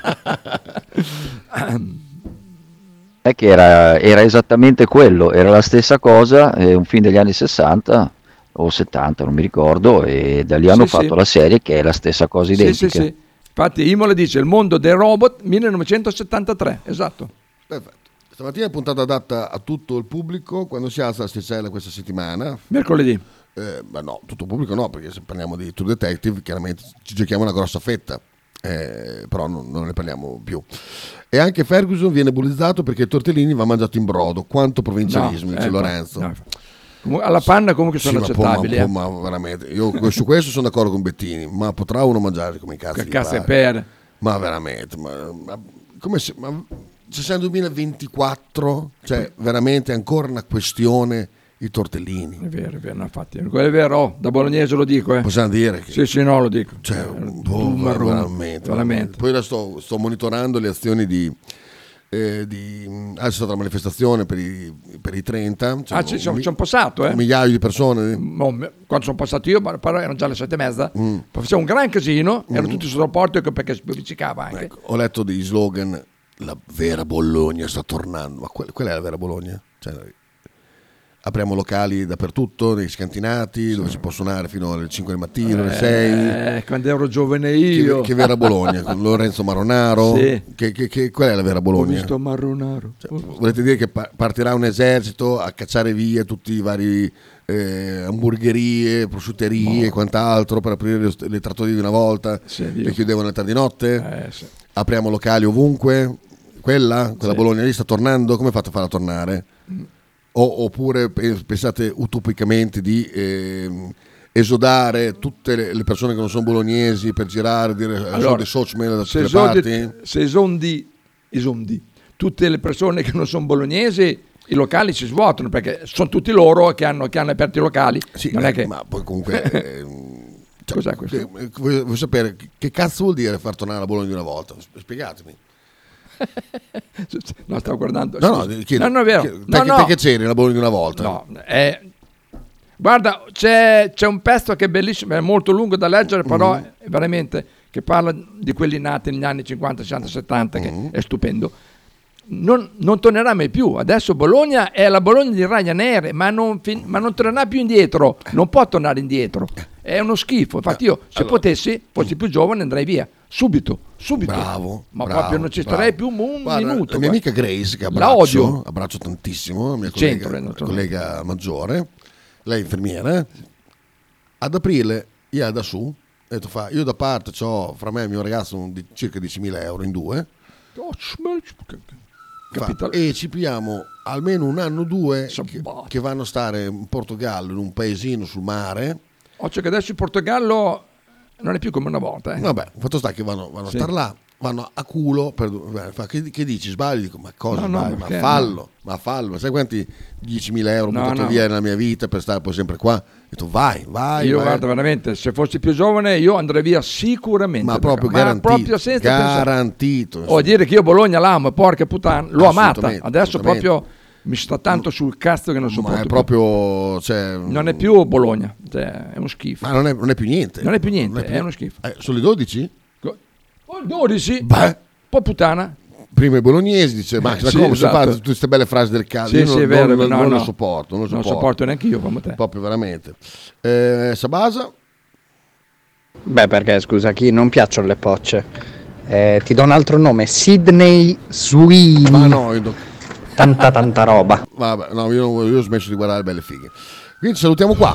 È che era esattamente quello, era la stessa cosa, un film degli anni 60 o 70, non mi ricordo, e da lì hanno fatto la serie che è la stessa cosa identica. Sì. Infatti Imola dice il mondo dei robot 1973, esatto. Perfetto. Stamattina è puntata adatta a tutto il pubblico. Quando si alza l'asticella questa settimana? Mercoledì. No, tutto il pubblico no, perché se parliamo di True Detective chiaramente ci giochiamo una grossa fetta, però non ne parliamo più. E anche Ferguson viene bullizzato perché il tortellini va mangiato in brodo. Quanto provincialismo, dice Lorenzo. No. Alla panna comunque sono accettabili. Ma veramente, io su questo sono d'accordo con Bettini, ma potrà uno mangiare come cazzo di pare? Ma veramente, ma come se... Se siamo nel 2024, cioè veramente ancora una questione i tortellini. È vero, infatti. Quello è vero, da bolognese lo dico. Possiamo dire che... Sì, no, lo dico. Cioè, veramente. Poi sto monitorando le azioni di c'è stata una manifestazione per i 30. C'è un passato, un migliaio di persone. Quando sono passato io, però erano già le 7:30. Faceva un gran casino, erano tutti sotto il porto perché si pizzicava anche. Ecco, ho letto degli slogan: la vera Bologna sta tornando. Ma quella è la vera Bologna? Cioè, apriamo locali dappertutto, nei scantinati, dove si può suonare fino alle 5 del mattino, alle 6. Quando ero giovane io. Che vera Bologna, con Lorenzo Maronaro. Sì. Qual è la vera Bologna? Ho visto Maronaro. Volete dire che partirà un esercito a cacciare via tutti i vari hamburgerie, prosciutterie e quant'altro per aprire le trattorie di una volta che chiudevano alle tardi notte? Sì. Apriamo locali ovunque? Quella Bologna lì sta tornando? Come fate a farla tornare? Oppure pensate utopicamente di esodare tutte le persone che non sono bolognesi per girare, dire dei social da tutte le parti? Se esondi tutte le persone che non sono bolognesi, i locali si svuotano perché sono tutti loro che hanno aperto i locali. Sì, non è che... ma poi comunque cos'è questo? Vuoi sapere che cazzo vuol dire far tornare la Bologna di una volta? Spiegatemi. No, stavo guardando. No, chiedo, non è vero. Te che c'eri nella Bologna di una volta? No, guarda, c'è un pezzo che è bellissimo, è molto lungo da leggere, però è veramente che parla di quelli nati negli anni 50, 60, 70, che è stupendo. Non tornerà mai più. Adesso Bologna è la Bologna di Ryanair, ma non tornerà più indietro. Non può tornare indietro. È uno schifo. Infatti io, se potessi, fossi più giovane, andrei via. Subito. Bravo. Proprio non ci starei più un minuto. La mia amica Grace, che abbraccio tantissimo, la mia collega maggiore, lei è infermiera, ad aprile io da su, ha detto io da parte c'ho fra me e il mio ragazzo circa 10.000 euro in due. E ci pigliamo almeno un anno o due che vanno a stare in Portogallo, in un paesino sul mare. Cioè che adesso il Portogallo non è più come una volta. Vabbè, il fatto sta che vanno a star là, vanno a culo. Che dici? Sbagli? Dico, ma cosa sbagli? Ma fallo. Sai quanti 10.000 euro ho buttato via nella mia vita per stare poi sempre qua? Ho detto vai. Io guarda, veramente, se fossi più giovane io andrei via sicuramente. Ma proprio garantito. O dire che io Bologna l'amo, porca puttana, l'ho amata. Adesso proprio mi sta tanto sul cazzo che non sopporto. Ma è proprio, cioè, non è più Bologna, cioè, è uno schifo. Ma non è più niente. Non è più niente, è uno schifo. Sono le 12? 12? Beh, po' puttana. Prima i bolognesi dice ma come si fa tutte queste belle frasi del cazzo? Sì, è vero, non lo sopporto. Non lo sopporto neanche io come te. Proprio veramente. Sabasa? Beh, perché scusa, chi non piacciono le pocce? Ti do un altro nome, Sidney Sweeney. Ma no, tanta roba. Vabbè, no, io ho smesso di guardare belle fighe. Quindi salutiamo qua.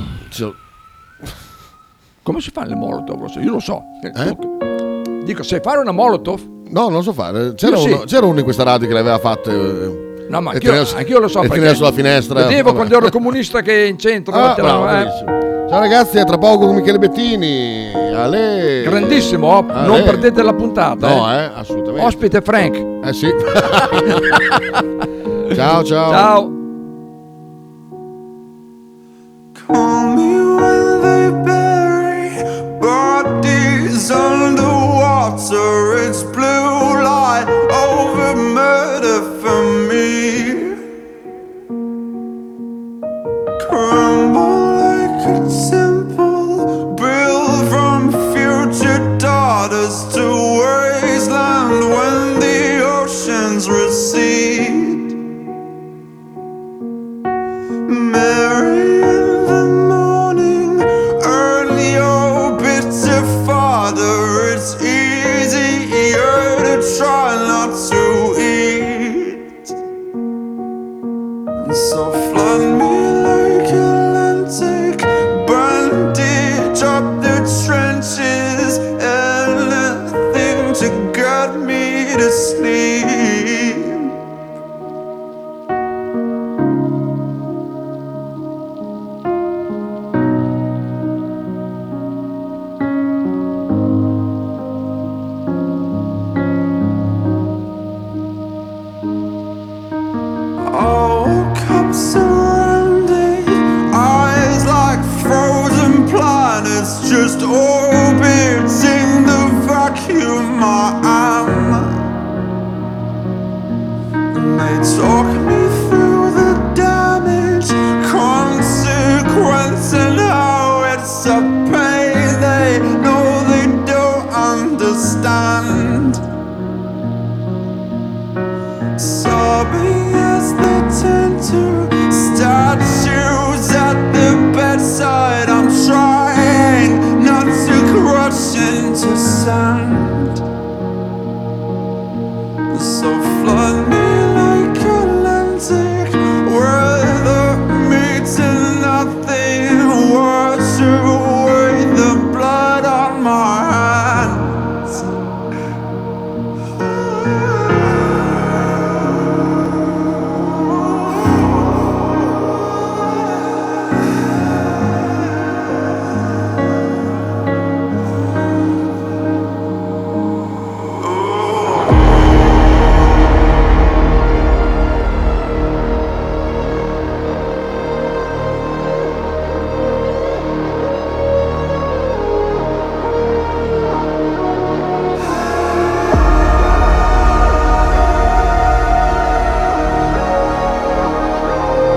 Come si fa le molotov? Io lo so. Dico, sai fare una molotov? No, non lo so fare. C'era uno in questa radio che l'aveva fatta. No, ma anch'io lo so. E teneva sulla finestra. Vedevo quando ero comunista che in centro. Ciao ragazzi, a tra poco con Michele Bettini. Ale. Grandissimo, non perdete la puntata. No, assolutamente. Ospite Frank. Sì. Ciao. Ciao. Call me when they bury bodies underwater. It's blue light over murder for me. Crumble like a temple built from future daughters to wasteland when the oceans recede. Mary in the morning, early your bitter father. It's easier to try not to eat. So flood me like Atlantic, bandage up the trenches, anything to get me to sleep. Talk me through the damage, consequence, and how it's a pain they know they don't understand. Sobbing